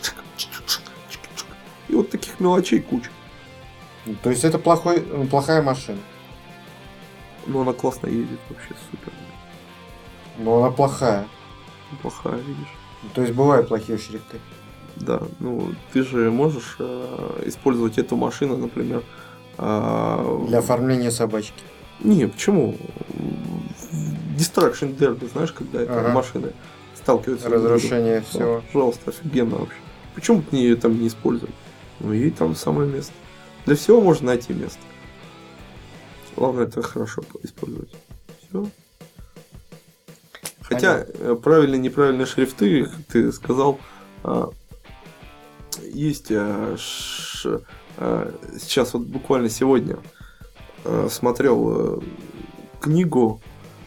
и вот таких мелочей куча. То есть это плохая машина? Но она классно едет, вообще супер. Но она плохая. Плохая, видишь. То есть бывают плохие шрифты? Да, ну ты же можешь использовать эту машину, например. Для оформления собачки. Не, почему? Distraction Derby, знаешь, когда это Ага. машины сталкиваются друг с Разрушение другом. всего. Да, пожалуйста, офигенно вообще. Почему бы ее там не использовать? Ну, ей там самое место. Для всего можно найти место. Главное, это хорошо использовать. Все. Хотя правильные и неправильные шрифты, как ты сказал, есть сейчас вот буквально сегодня смотрел книгу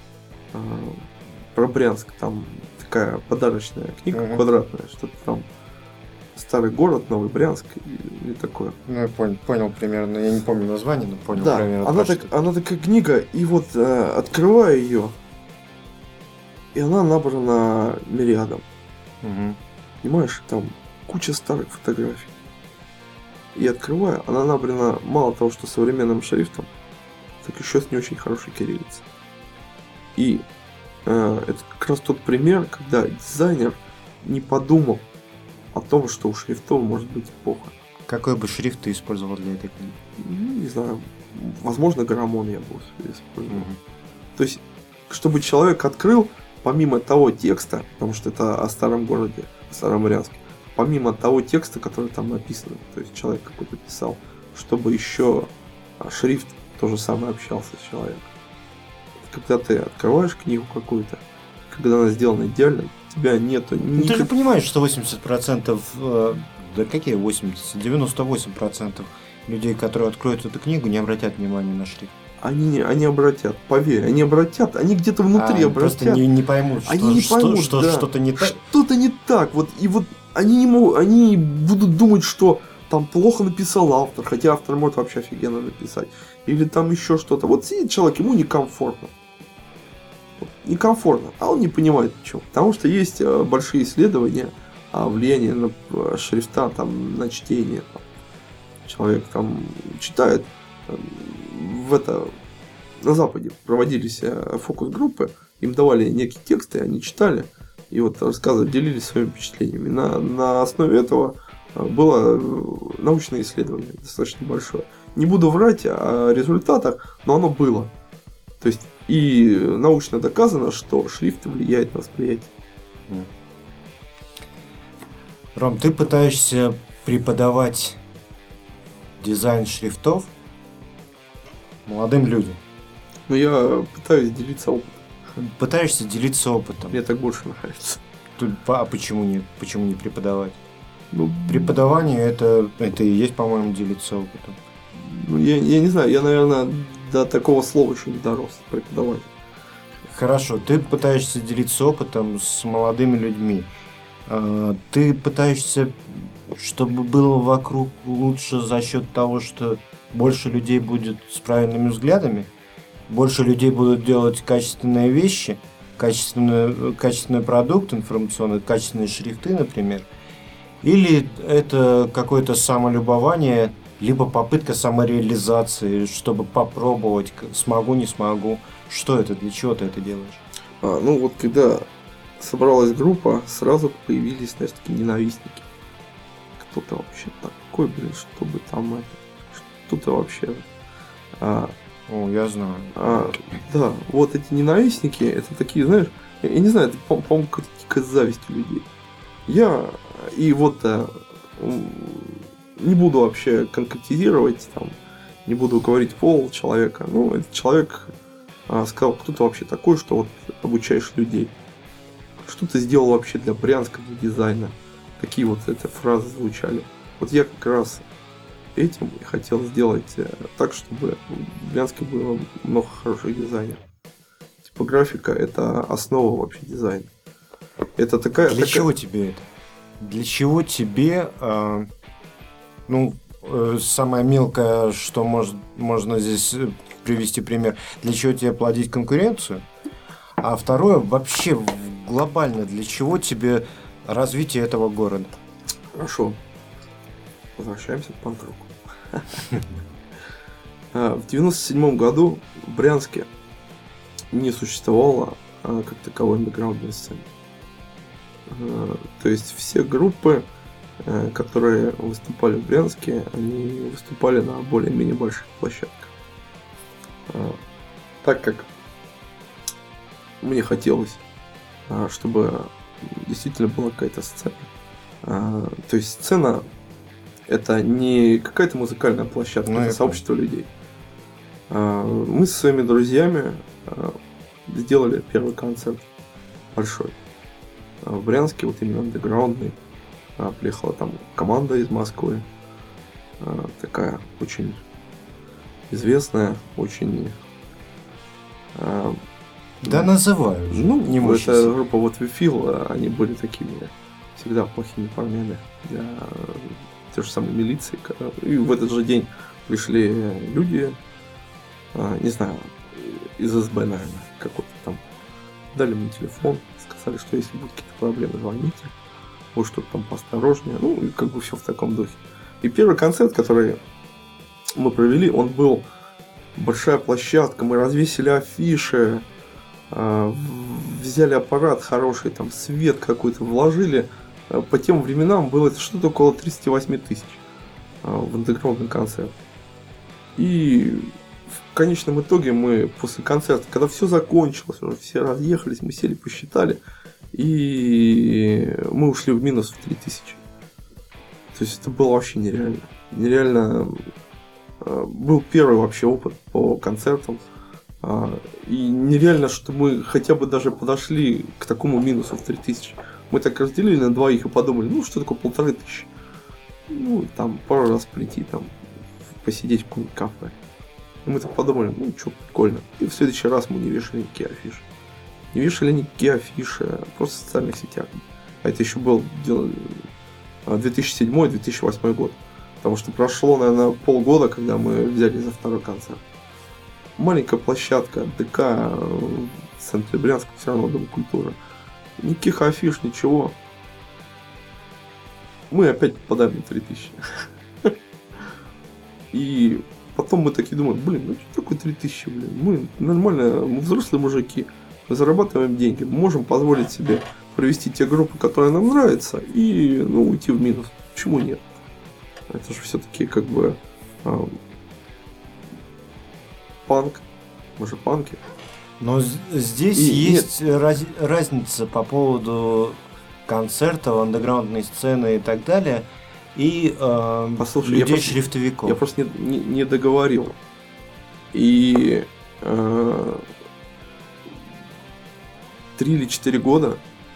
про Брянск, там такая подарочная книга квадратная, что-то там старый город, Новый Брянск и такое. Ну, я понял примерно, я не помню название, но понял Да, примерно. она такая книга, и вот открываю ее, и она набрана мириадом. Угу. Понимаешь, там куча старых фотографий. И открываю, она набрана мало того, что современным шрифтом, так еще с не очень хорошей кириллицей. И это как раз тот пример, когда дизайнер не подумал о том, что у шрифтов может быть эпоха. Какой бы шрифт ты использовал для этой книги? Ну, не знаю, возможно, Граммон я бы использовал. Угу. То есть, чтобы человек открыл, помимо того текста, потому что это о старом городе, о старом Брянске, помимо того текста, который там написан, то есть человек какой-то писал, чтобы еще шрифт то же самое общался с человеком. Когда ты открываешь книгу какую-то, когда она сделана идеально, у тебя нету Ну, ты же понимаешь, что 80%, да какие 80, 98% людей, которые откроют эту книгу, не обратят внимания на шрифт. Они обратят, поверь, они обратят, они где-то внутри обратят. Просто не поймут, что, они не поймут, что да, что-то не так. Что-то не так, вот, и вот они не могут, они будут думать, что там плохо написал автор, хотя автор может вообще офигенно написать. Или там еще что-то. Вот сидит человек, ему некомфортно. Некомфортно, а он не понимает почему. Потому что есть большие исследования о влиянии на шрифта, там, на чтение. Там. Человек там читает. На Западе проводились фокус-группы, им давали некие тексты, они читали и вот рассказывали, делились своими впечатлениями. На основе этого было научное исследование достаточно большое. Не буду врать о результатах, но оно было. То есть и научно доказано, что шрифт влияет на восприятие. Ром, ты пытаешься преподавать дизайн шрифтов молодым людям. Но я пытаюсь делиться опытом. Пытаешься делиться опытом. Мне так больше нравится. А почему нет? Почему не преподавать? Ну, Преподавание это и есть, по-моему, делиться опытом. Ну, я не знаю, я, наверное, до такого слова еще не дорос, преподаватель. Хорошо, ты пытаешься делиться опытом с молодыми людьми. Ты пытаешься, чтобы было вокруг лучше за счет того, что больше людей будет с правильными взглядами, больше людей будут делать качественные вещи, качественный продукт информационный, качественные шрифты, например. Или это какое-то самолюбование, либо попытка самореализации, чтобы попробовать, смогу, не смогу. Что это, для чего ты это делаешь? Ну вот когда собралась группа, сразу появились, знаешь, такие ненавистники. Кто-то вообще такой, чтобы там это, что-то вообще. Я знаю. Да, вот эти ненавистники, это такие, знаешь, я не знаю, это, по-моему, какая-то зависть у людей. И вот не буду вообще конкретизировать, там, не буду говорить пол человека. Ну, этот человек сказал, кто ты вообще такой, что вот обучаешь людей. Что ты сделал вообще для Брянска, для дизайна? Какие вот эти фразы звучали. Вот я как раз этим и хотел сделать так, чтобы в Брянске было много хороших дизайнеров. Типографика — это основа вообще дизайна. Это Для чего тебе это? Для чего тебе, самое мелкое, что можно здесь привести пример, для чего тебе плодить конкуренцию? А второе, вообще глобально, для чего тебе развитие этого города? Хорошо. Возвращаемся к панк-року. В 97 году в Брянске не существовало как таковой андеграундной сцены. То есть все группы которые выступали в Брянске, они выступали на более-менее больших площадках. Так как мне хотелось, чтобы действительно была какая-то сцена. То есть сцена — это не какая-то музыкальная площадка, это сообщество людей. Мы со своими друзьями сделали первый концерт большой в Брянске, вот именно андеграундный. Приехала там команда из Москвы, такая очень известная, очень... Да называю уже. Ну, не это группа вот We Feel, они были такими всегда плохими парнями для той же самой милиции. И в этот же день пришли люди, не знаю, из СБ, наверное, какой-то там. Дали мне телефон, сказали, что если будут какие-то проблемы, звоните. Вы что-то там поосторожнее. Ну, и как бы все в таком духе. И первый концерт, который мы провели, он был большая площадка, мы развесили афиши, взяли аппарат хороший, там свет какой-то вложили. По тем временам было это что-то около 38 тысяч в андеграундный концерт. И в конечном итоге мы после концерта, когда все закончилось, уже все разъехались, мы сели, посчитали, и мы ушли в минус в 3000. То есть это было вообще нереально. Нереально. Был первый вообще опыт по концертам. И нереально, что мы хотя бы даже подошли к такому минусу в 3000. Мы так разделили на двоих и подумали, ну что такое 1500. Ну там пару раз прийти, там посидеть в каком-нибудь кафе. И мы так подумали, ну что, прикольно. И в следующий раз мы не вешали никакие афиши. Не вешали никакие афиши, просто в социальных сетях. А это еще был 2007-2008 год. Потому что прошло, наверное, полгода, когда мы взяли за второй концерт. Маленькая площадка, ДК в центре Брянска, все равно Дом культуры. Никаких афиш, ничего. Мы опять попадаем на 3000. И потом мы такие думаем, блин, ну что такое 3000, блин? Мы нормально, мы взрослые мужики, мы зарабатываем деньги, мы можем позволить себе провести те группы, которые нам нравятся, и уйти в минус. Почему нет? Это же все-таки как бы панк. Мы же панки. Но здесь есть разница по поводу концертов, андеграундной сцены и так далее, и людей-шрифтовиков. Я просто не договорил. И 3 или 4 года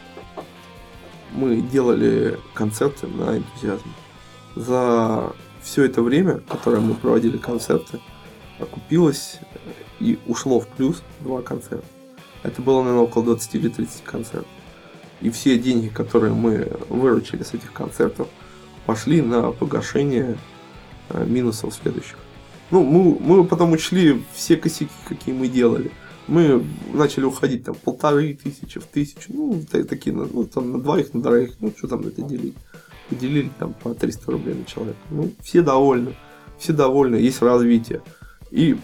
мы делали концерты на энтузиазме. За все это время, которое мы проводили концерты, окупилось и ушло в плюс 2 концерта. Это было, наверное, около 20 или 30 концертов. И все деньги, которые мы выручили с этих концертов, пошли на погашение минусов следующих. Ну, мы потом учли все косяки, какие мы делали. Мы начали уходить там 1500, в 1000, ну, такие, ну, там на двоих, на троих, ну, что там это делить? Поделили там по 300 рублей на человека. Ну, все довольны, есть развитие. И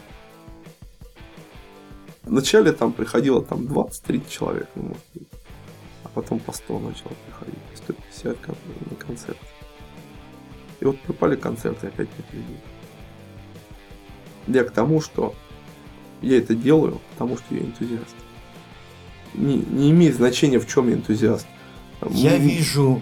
вначале там приходило там 20-30 человек, ну, может быть. А потом по 100 начало приходить, 150 на концерт. И вот пропали концерты, опять нет людей. Я к тому, что я это делаю, потому что я энтузиаст. Не имеет значения, в чем я энтузиаст. Я вижу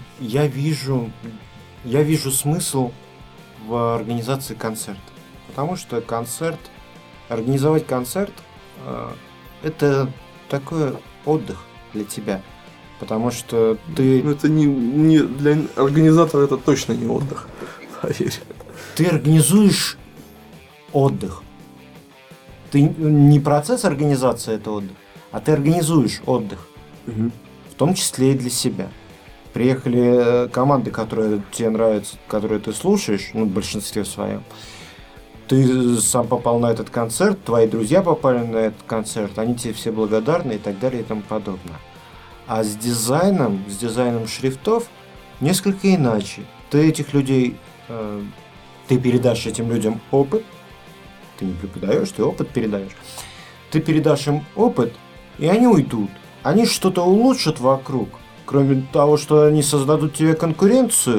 смысл в организации концерта. Потому что организовать концерт это такой отдых для тебя. Потому что ты... Ну, это не для организатора это точно не отдых. Поверь. Ты организуешь отдых. Ты не процесс организации этого отдыха, а ты организуешь отдых. Угу. В том числе и для себя. Приехали команды, которые тебе нравятся, которые ты слушаешь, ну, в большинстве своем. Ты сам попал на этот концерт, твои друзья попали на этот концерт, они тебе все благодарны и так далее и тому подобное. А с дизайном шрифтов несколько иначе. Ты этих людей, ты передашь этим людям опыт, ты не преподаешь, ты опыт передаешь. Ты передашь им опыт, и они уйдут. Они что-то улучшат вокруг. Кроме того, что они создадут тебе конкуренцию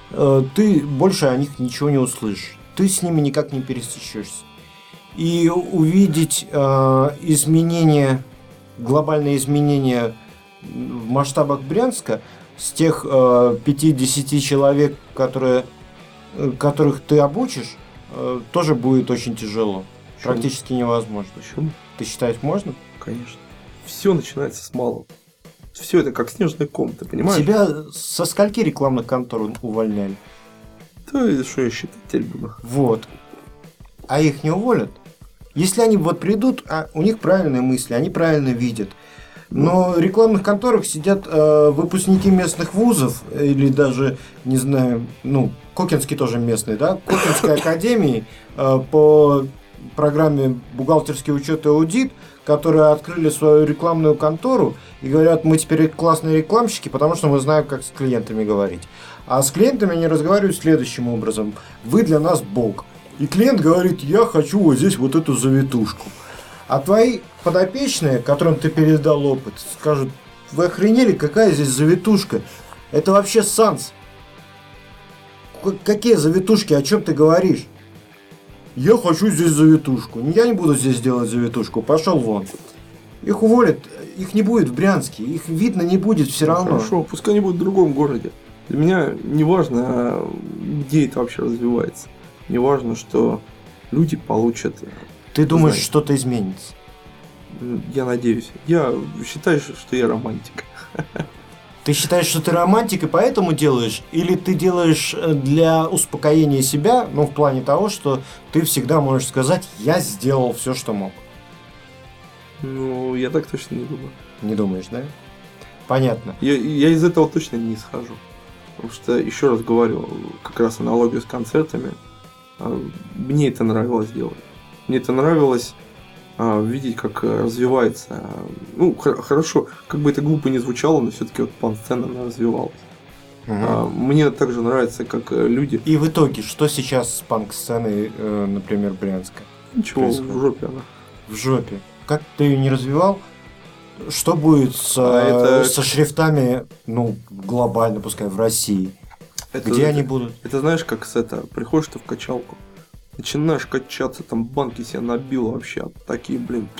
ты больше о них ничего не услышишь. Ты с ними никак не пересечешься. И увидеть изменения, глобальные изменения в масштабах Брянска с тех 5-10 человек, которых ты обучишь, тоже будет очень тяжело. Почему? Практически невозможно. Почему? Ты считаешь, можно? Конечно. Все начинается с малого. Все это как снежный ком, ты понимаешь? Тебя со скольки рекламных контор увольняли? Да и что я считать теперь буду? Вот. А их не уволят? Если они вот придут, а у них правильные мысли, они правильно видят. Но в рекламных конторах сидят выпускники местных вузов, или даже, не знаю, Кокинский тоже местный, да? Кокинской академии по программе «Бухгалтерский учет и аудит», которые открыли свою рекламную контору и говорят, мы теперь классные рекламщики, потому что мы знаем, как с клиентами говорить. А с клиентами они разговаривают следующим образом. Вы для нас бог. И клиент говорит, я хочу вот здесь вот эту завитушку. А твои подопечные, которым ты передал опыт, скажут, вы охренели, какая здесь завитушка? Это вообще санс. Какие завитушки, о чем ты говоришь? Я хочу здесь завитушку. Я не буду здесь делать завитушку. Пошел вон. Их уволят. Их не будет в Брянске. Их видно не будет все равно. Хорошо, пускай они будут в другом городе. Для меня не важно, где это вообще развивается. Не важно, что люди получат... Ты думаешь, что-то изменится? Я надеюсь. Я считаю, что я романтик. Ты считаешь, что ты романтик и поэтому делаешь? Или ты делаешь для успокоения себя, в плане того, что ты всегда можешь сказать, я сделал все, что мог? Я так точно не думаю. Не думаешь, да? Понятно. Я из этого точно не схожу. Потому что, еще раз говорю, как раз аналогию с концертами, мне это нравилось делать. Мне это нравилось видеть, как развивается. Хорошо, как бы это глупо не звучало, но все-таки вот панк-сцена она развивалась. Угу. Мне также нравится, как люди... И в итоге, что сейчас с панк-сценой, например, Брянска? Ничего, происходит? в жопе она. В жопе. Как ты ее не развивал? Что будет со шрифтами, глобально, пускай в России? Где они будут? Это знаешь, как приходишь ты в качалку, начинаешь качаться, там банки себе набил вообще, такие,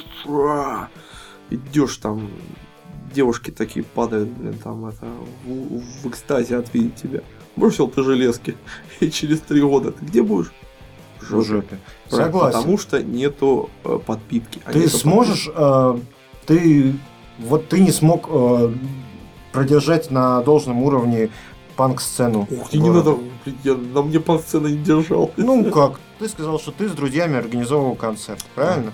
идешь там, девушки такие падают, там в экстазе от видеть тебя. Бросил ты железки, и через 3 года ты где будешь? В жопе. Согласен. Потому что нету подпитки. Ты сможешь, ты не смог продержать на должном уровне панк-сцену. Ух, не надо, на мне панк-сцена не держал. Как? Ты сказал, что ты с друзьями организовывал концерт, правильно?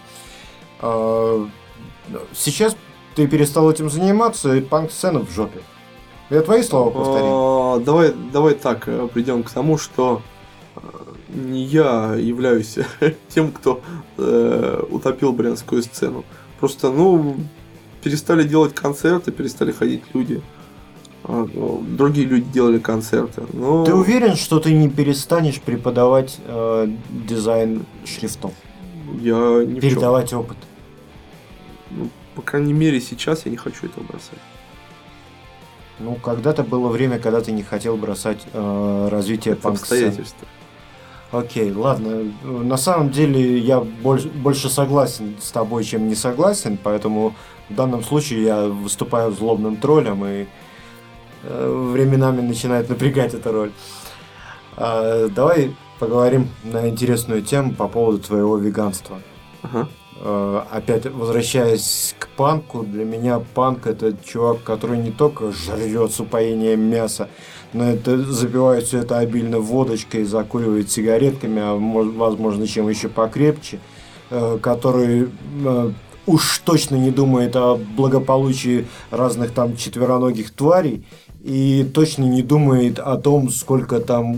Сейчас ты перестал этим заниматься, и панк-сцена в жопе. Я твои слова повторю. Давай так, придем к тому, что не я являюсь тем, кто утопил брянскую сцену. Просто, перестали делать концерты, перестали ходить люди. Другие люди делали концерты. Но... Ты уверен, что ты не перестанешь преподавать дизайн шрифтов? Я не передавать опыт? По крайней мере, сейчас я не хочу этого бросать. Когда-то было время, когда ты не хотел бросать развитие панк-сцены. Обстоятельства. Окей, ладно. На самом деле я больше согласен с тобой, чем не согласен, поэтому в данном случае я выступаю злобным троллем, и временами начинает напрягать эта роль. Давай поговорим на интересную тему по поводу твоего веганства. Ага. Опять возвращаясь к панку, для меня панк — это чувак, который не только жрет с упоением мяса, но это запивает все это обильно водочкой, закуривает сигаретками, а возможно чем еще покрепче, который уж точно не думает о благополучии разных там четвероногих тварей и точно не думает о том, сколько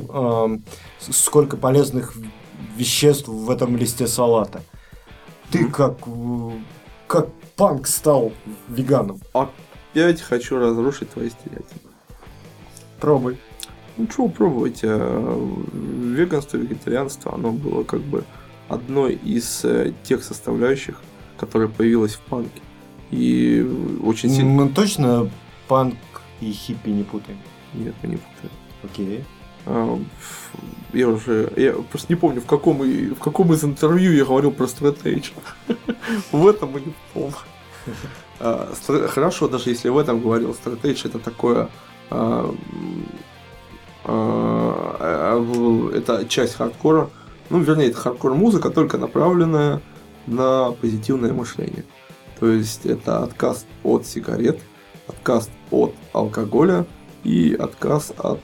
полезных веществ в этом листе салата. Ты как панк стал веганом? Опять хочу разрушить твои стереотипы. Пробуй. Чего пробовать? Веганство, вегетарианство, оно было как бы одной из тех составляющих, которая появилась в панке. И очень сильно... Мы точно панк и хиппи не путаем? Нет, мы не путаем. Окей. Я просто не помню, в каком из интервью я говорил про Straight Edge. В этом или в том. Хорошо, даже если в этом говорил, Straight Edge это такое... Это часть хардкора. Ну, вернее, это хардкор-музыка, только направленная на позитивное мышление. То есть это отказ от сигарет, отказ от алкоголя и отказ от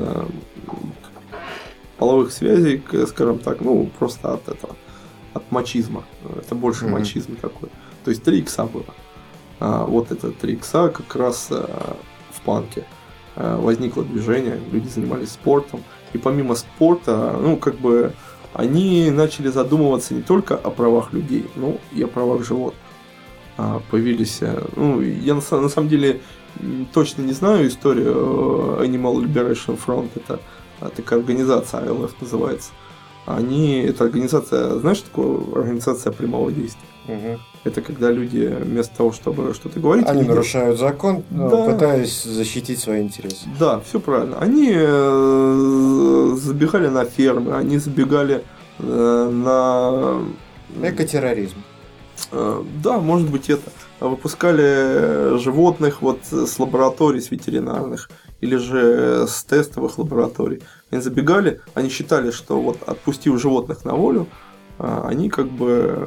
половых связей, скажем так, ну, просто от этого, от мачизма. Это больше мачизм такой. То есть 3 икса было. Вот это 3 икса как раз в панке возникло движение, люди занимались спортом. И помимо спорта, ну, как бы, они начали задумываться не только о правах людей, но и о правах животных. Появились, ну, я на самом деле точно не знаю историю Animal Liberation Front, это такая организация, ILF называется. Это организация, знаешь, такое организация прямого действия. Угу. Это когда люди вместо того, чтобы что-то говорить... Они нарушают закон, да, пытаясь защитить свои интересы. Да, все правильно. Они забегали на фермы, они забегали на... Экотерроризм. Да, может быть это. Выпускали животных вот с лабораторий, с ветеринарных, или же с тестовых лабораторий. Они забегали, они считали, что вот отпустив животных на волю, они как бы...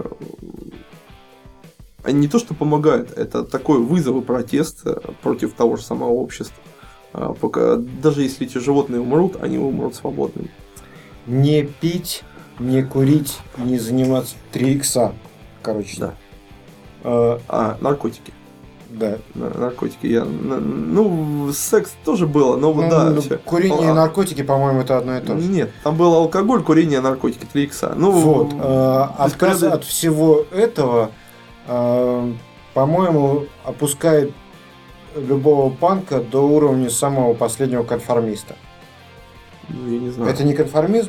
Они не то что помогают, это такой вызов и протест против того же самого общества. Пока, даже если эти животные умрут, они умрут свободными. Не пить, не курить, не заниматься 3 икса. Короче. Да. Наркотики. Да. Наркотики. Ну, секс тоже было, но ну, да. Курение и наркотики, по-моему, это одно и то же. Нет, там был алкоголь, курение, наркотики, 3 икса. Ну, вот. Отказ от всего этого, по-моему, опускает любого панка до уровня самого последнего конформиста. Ну, я не знаю. Это не конформизм?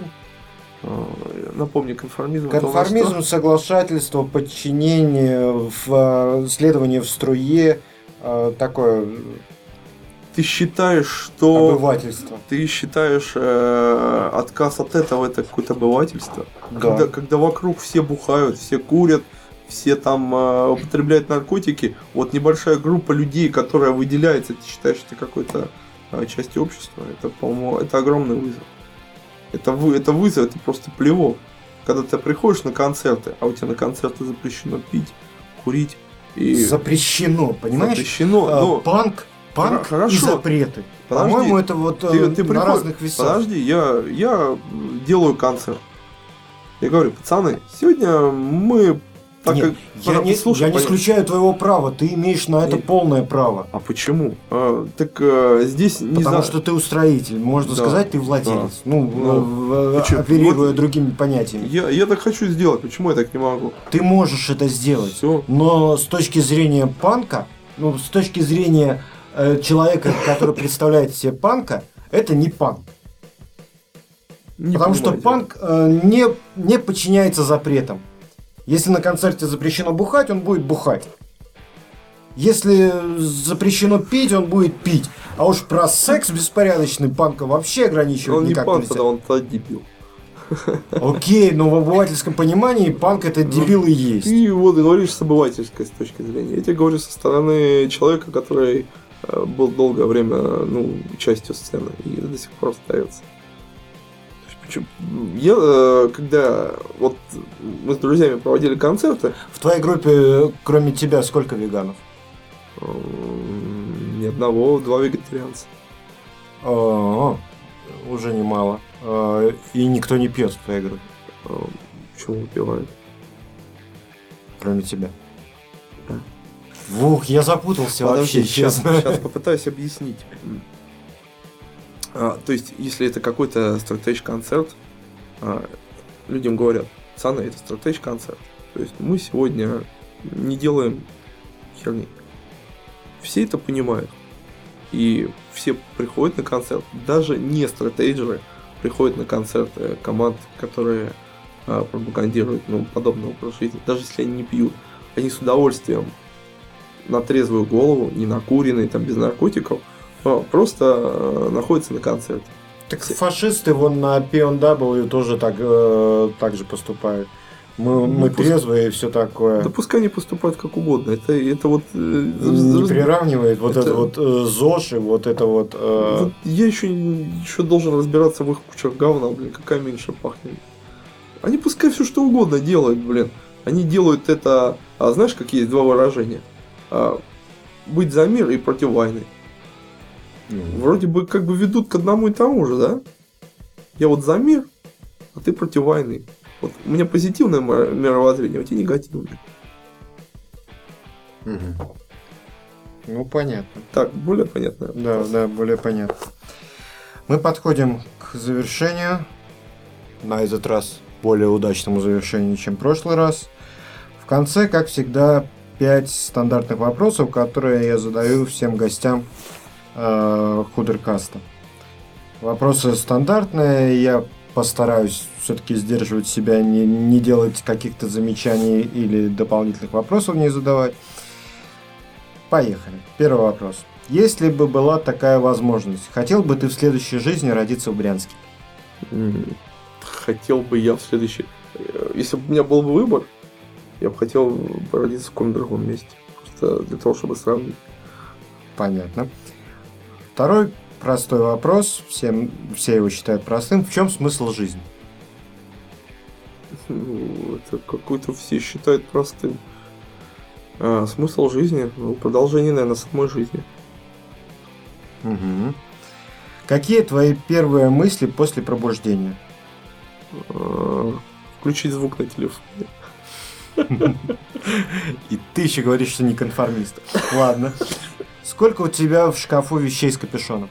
Напомни, конформизм. Конформизм, соглашательство, подчинение, следование в струе, такое. Ты считаешь, что... Обывательство. Ты считаешь отказ от этого это какое-то обывательство? Да. Когда вокруг все бухают, все курят, все там употребляют наркотики, вот небольшая группа людей, которая выделяется, ты считаешь, это какой-то частью общества? Это, по-моему, это огромный вызов. Это вызов, это просто плевок. Когда ты приходишь на концерты, а у тебя на концерты запрещено пить, курить. И... Запрещено, понимаешь? Запрещено. Но... Панк и запреты. Подожди, по-моему, это вот ты на разных весах. Подожди, я делаю концерт. Я говорю, пацаны, сегодня мы... Нет, я не исключаю твоего права, ты имеешь на это полное право. А почему? Здесь не Потому что ты устроитель, можно сказать, ты владелец. Да. Оперируя другими понятиями. Я так хочу сделать, почему я так не могу? Ты можешь это сделать, Всё. Но с точки зрения панка, с точки зрения человека, который представляет себе панка, это не панк. Потому что панк не подчиняется запретам. Если на концерте запрещено бухать, он будет бухать. Если запрещено пить, он будет пить. А уж про секс беспорядочный панка вообще ограничивать он никак не панк, нельзя. Он дебил. Окей, но в обывательском понимании панк это дебил и есть. Ты вот говоришь с обывательской точки зрения. Я тебе говорю со стороны человека, который был долгое время частью сцены и до сих пор остается. Когда вот мы с друзьями проводили концерты. В твоей группе, кроме тебя, сколько веганов? Ни одного, 2 вегетарианца. Уже немало. И никто не пьет в твоей группе. Почему выпивают? Кроме тебя. Да. Я запутался. Подожди, вообще, честно. Сейчас попытаюсь объяснить. То есть, если это какой-то стратег-концерт, людям говорят, пацаны, это стратег-концерт. То есть, мы сегодня не делаем херни. Все это понимают. И все приходят на концерт. Даже не стратегеры приходят на концерты команд, которые пропагандируют подобный образ жизни. Даже если они не пьют. Они с удовольствием на трезвую голову, не накуренные, без наркотиков, просто находятся на концерте. Так фашисты вон на P&W тоже так же поступают. Мы трезвые и все такое. Да пускай они поступают как угодно. Это вот... Не приравнивает вот это вот ЗОЖ и вот это вот... Вот я еще должен разбираться в их кучах говна, блин, какая меньше пахнет. Они пускай все что угодно делают, блин. Они делают это... А знаешь, какие есть два выражения? Быть за мир и против войны. Вроде бы как бы ведут к одному и тому же, да? Я вот за мир, а ты против войны. Вот у меня позитивное мировоззрение, а у тебя негативное. Ну, понятно. Так, более понятно? Да, более понятно. Мы подходим к завершению. На этот раз более удачному завершению, чем в прошлый раз. В конце, как всегда, 5 стандартных вопросов, которые я задаю всем гостям Худеркаста. Вопросы стандартные, я постараюсь все-таки сдерживать себя, не делать каких-то замечаний или дополнительных вопросов не задавать. Поехали. Первый вопрос. Если бы была такая возможность, хотел бы ты в следующей жизни родиться в Брянске? Хотел бы я в следующей... Если бы у меня был бы выбор, я бы хотел родиться в каком-то другом месте. Просто для того, чтобы сравнить. Понятно. Второй простой вопрос. Все его считают простым. В чем смысл жизни? Это какой-то все считают простым. Смысл жизни? Продолжение, наверное, самой жизни. Угу. Какие твои первые мысли после пробуждения? Включить звук на телефоне. И ты еще говоришь, что не конформист. Ладно. Сколько у тебя в шкафу вещей с капюшоном?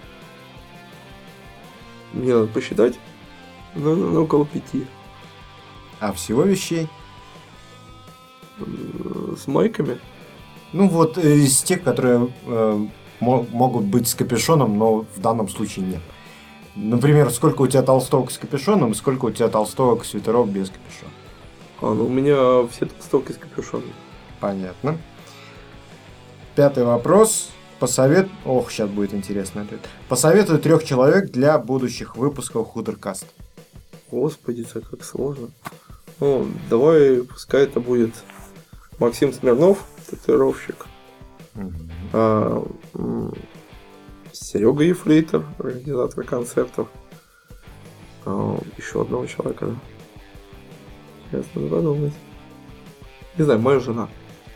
Мне надо посчитать. Около 5. А всего вещей? С майками? Ну вот из тех, которые могут быть с капюшоном, но в данном случае нет. Например, сколько у тебя толстовок с капюшоном и сколько у тебя толстовок, свитеров без капюшона? У меня все толстовки с капюшоном. Понятно. Пятый вопрос. Сейчас будет интересный ответ. Посоветуй 3 человек для будущих выпусков Худеркаст. Господи, это как сложно. Давай, пускай это будет Максим Смирнов, татуировщик. Серега Ефрейтор, организатор концертов. Еще одного человека, да? Сейчас надо подумать. Не знаю, моя жена.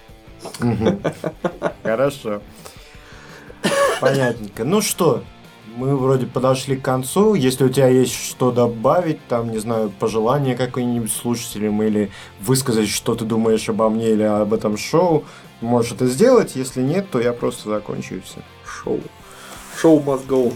Хорошо. Понятненько. Ну что, мы вроде подошли к концу. Если у тебя есть что добавить, там, не знаю, пожелание какое-нибудь слушателям или высказать, что ты думаешь обо мне или об этом шоу, можешь это сделать. Если нет, то я просто закончу и все. Шоу must go on.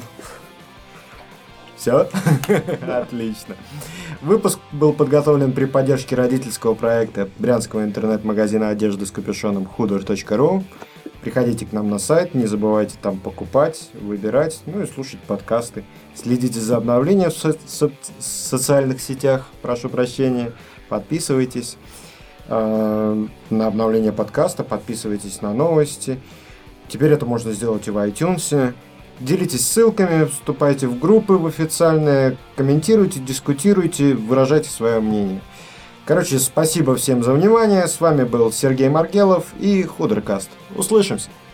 Все? Отлично. Выпуск был подготовлен при поддержке родительского проекта брянского интернет-магазина одежды с капюшоном huder.ru. Приходите к нам на сайт, не забывайте там покупать, выбирать, ну и слушать подкасты. Следите за обновлением в социальных сетях, прошу прощения, подписывайтесь на обновление подкаста, подписывайтесь на новости. Теперь это можно сделать и в iTunes. Делитесь ссылками, вступайте в группы в официальные, комментируйте, дискутируйте, выражайте свое мнение. Короче, спасибо всем за внимание. С вами был Сергей Маргелов и Худеркаст. Услышимся!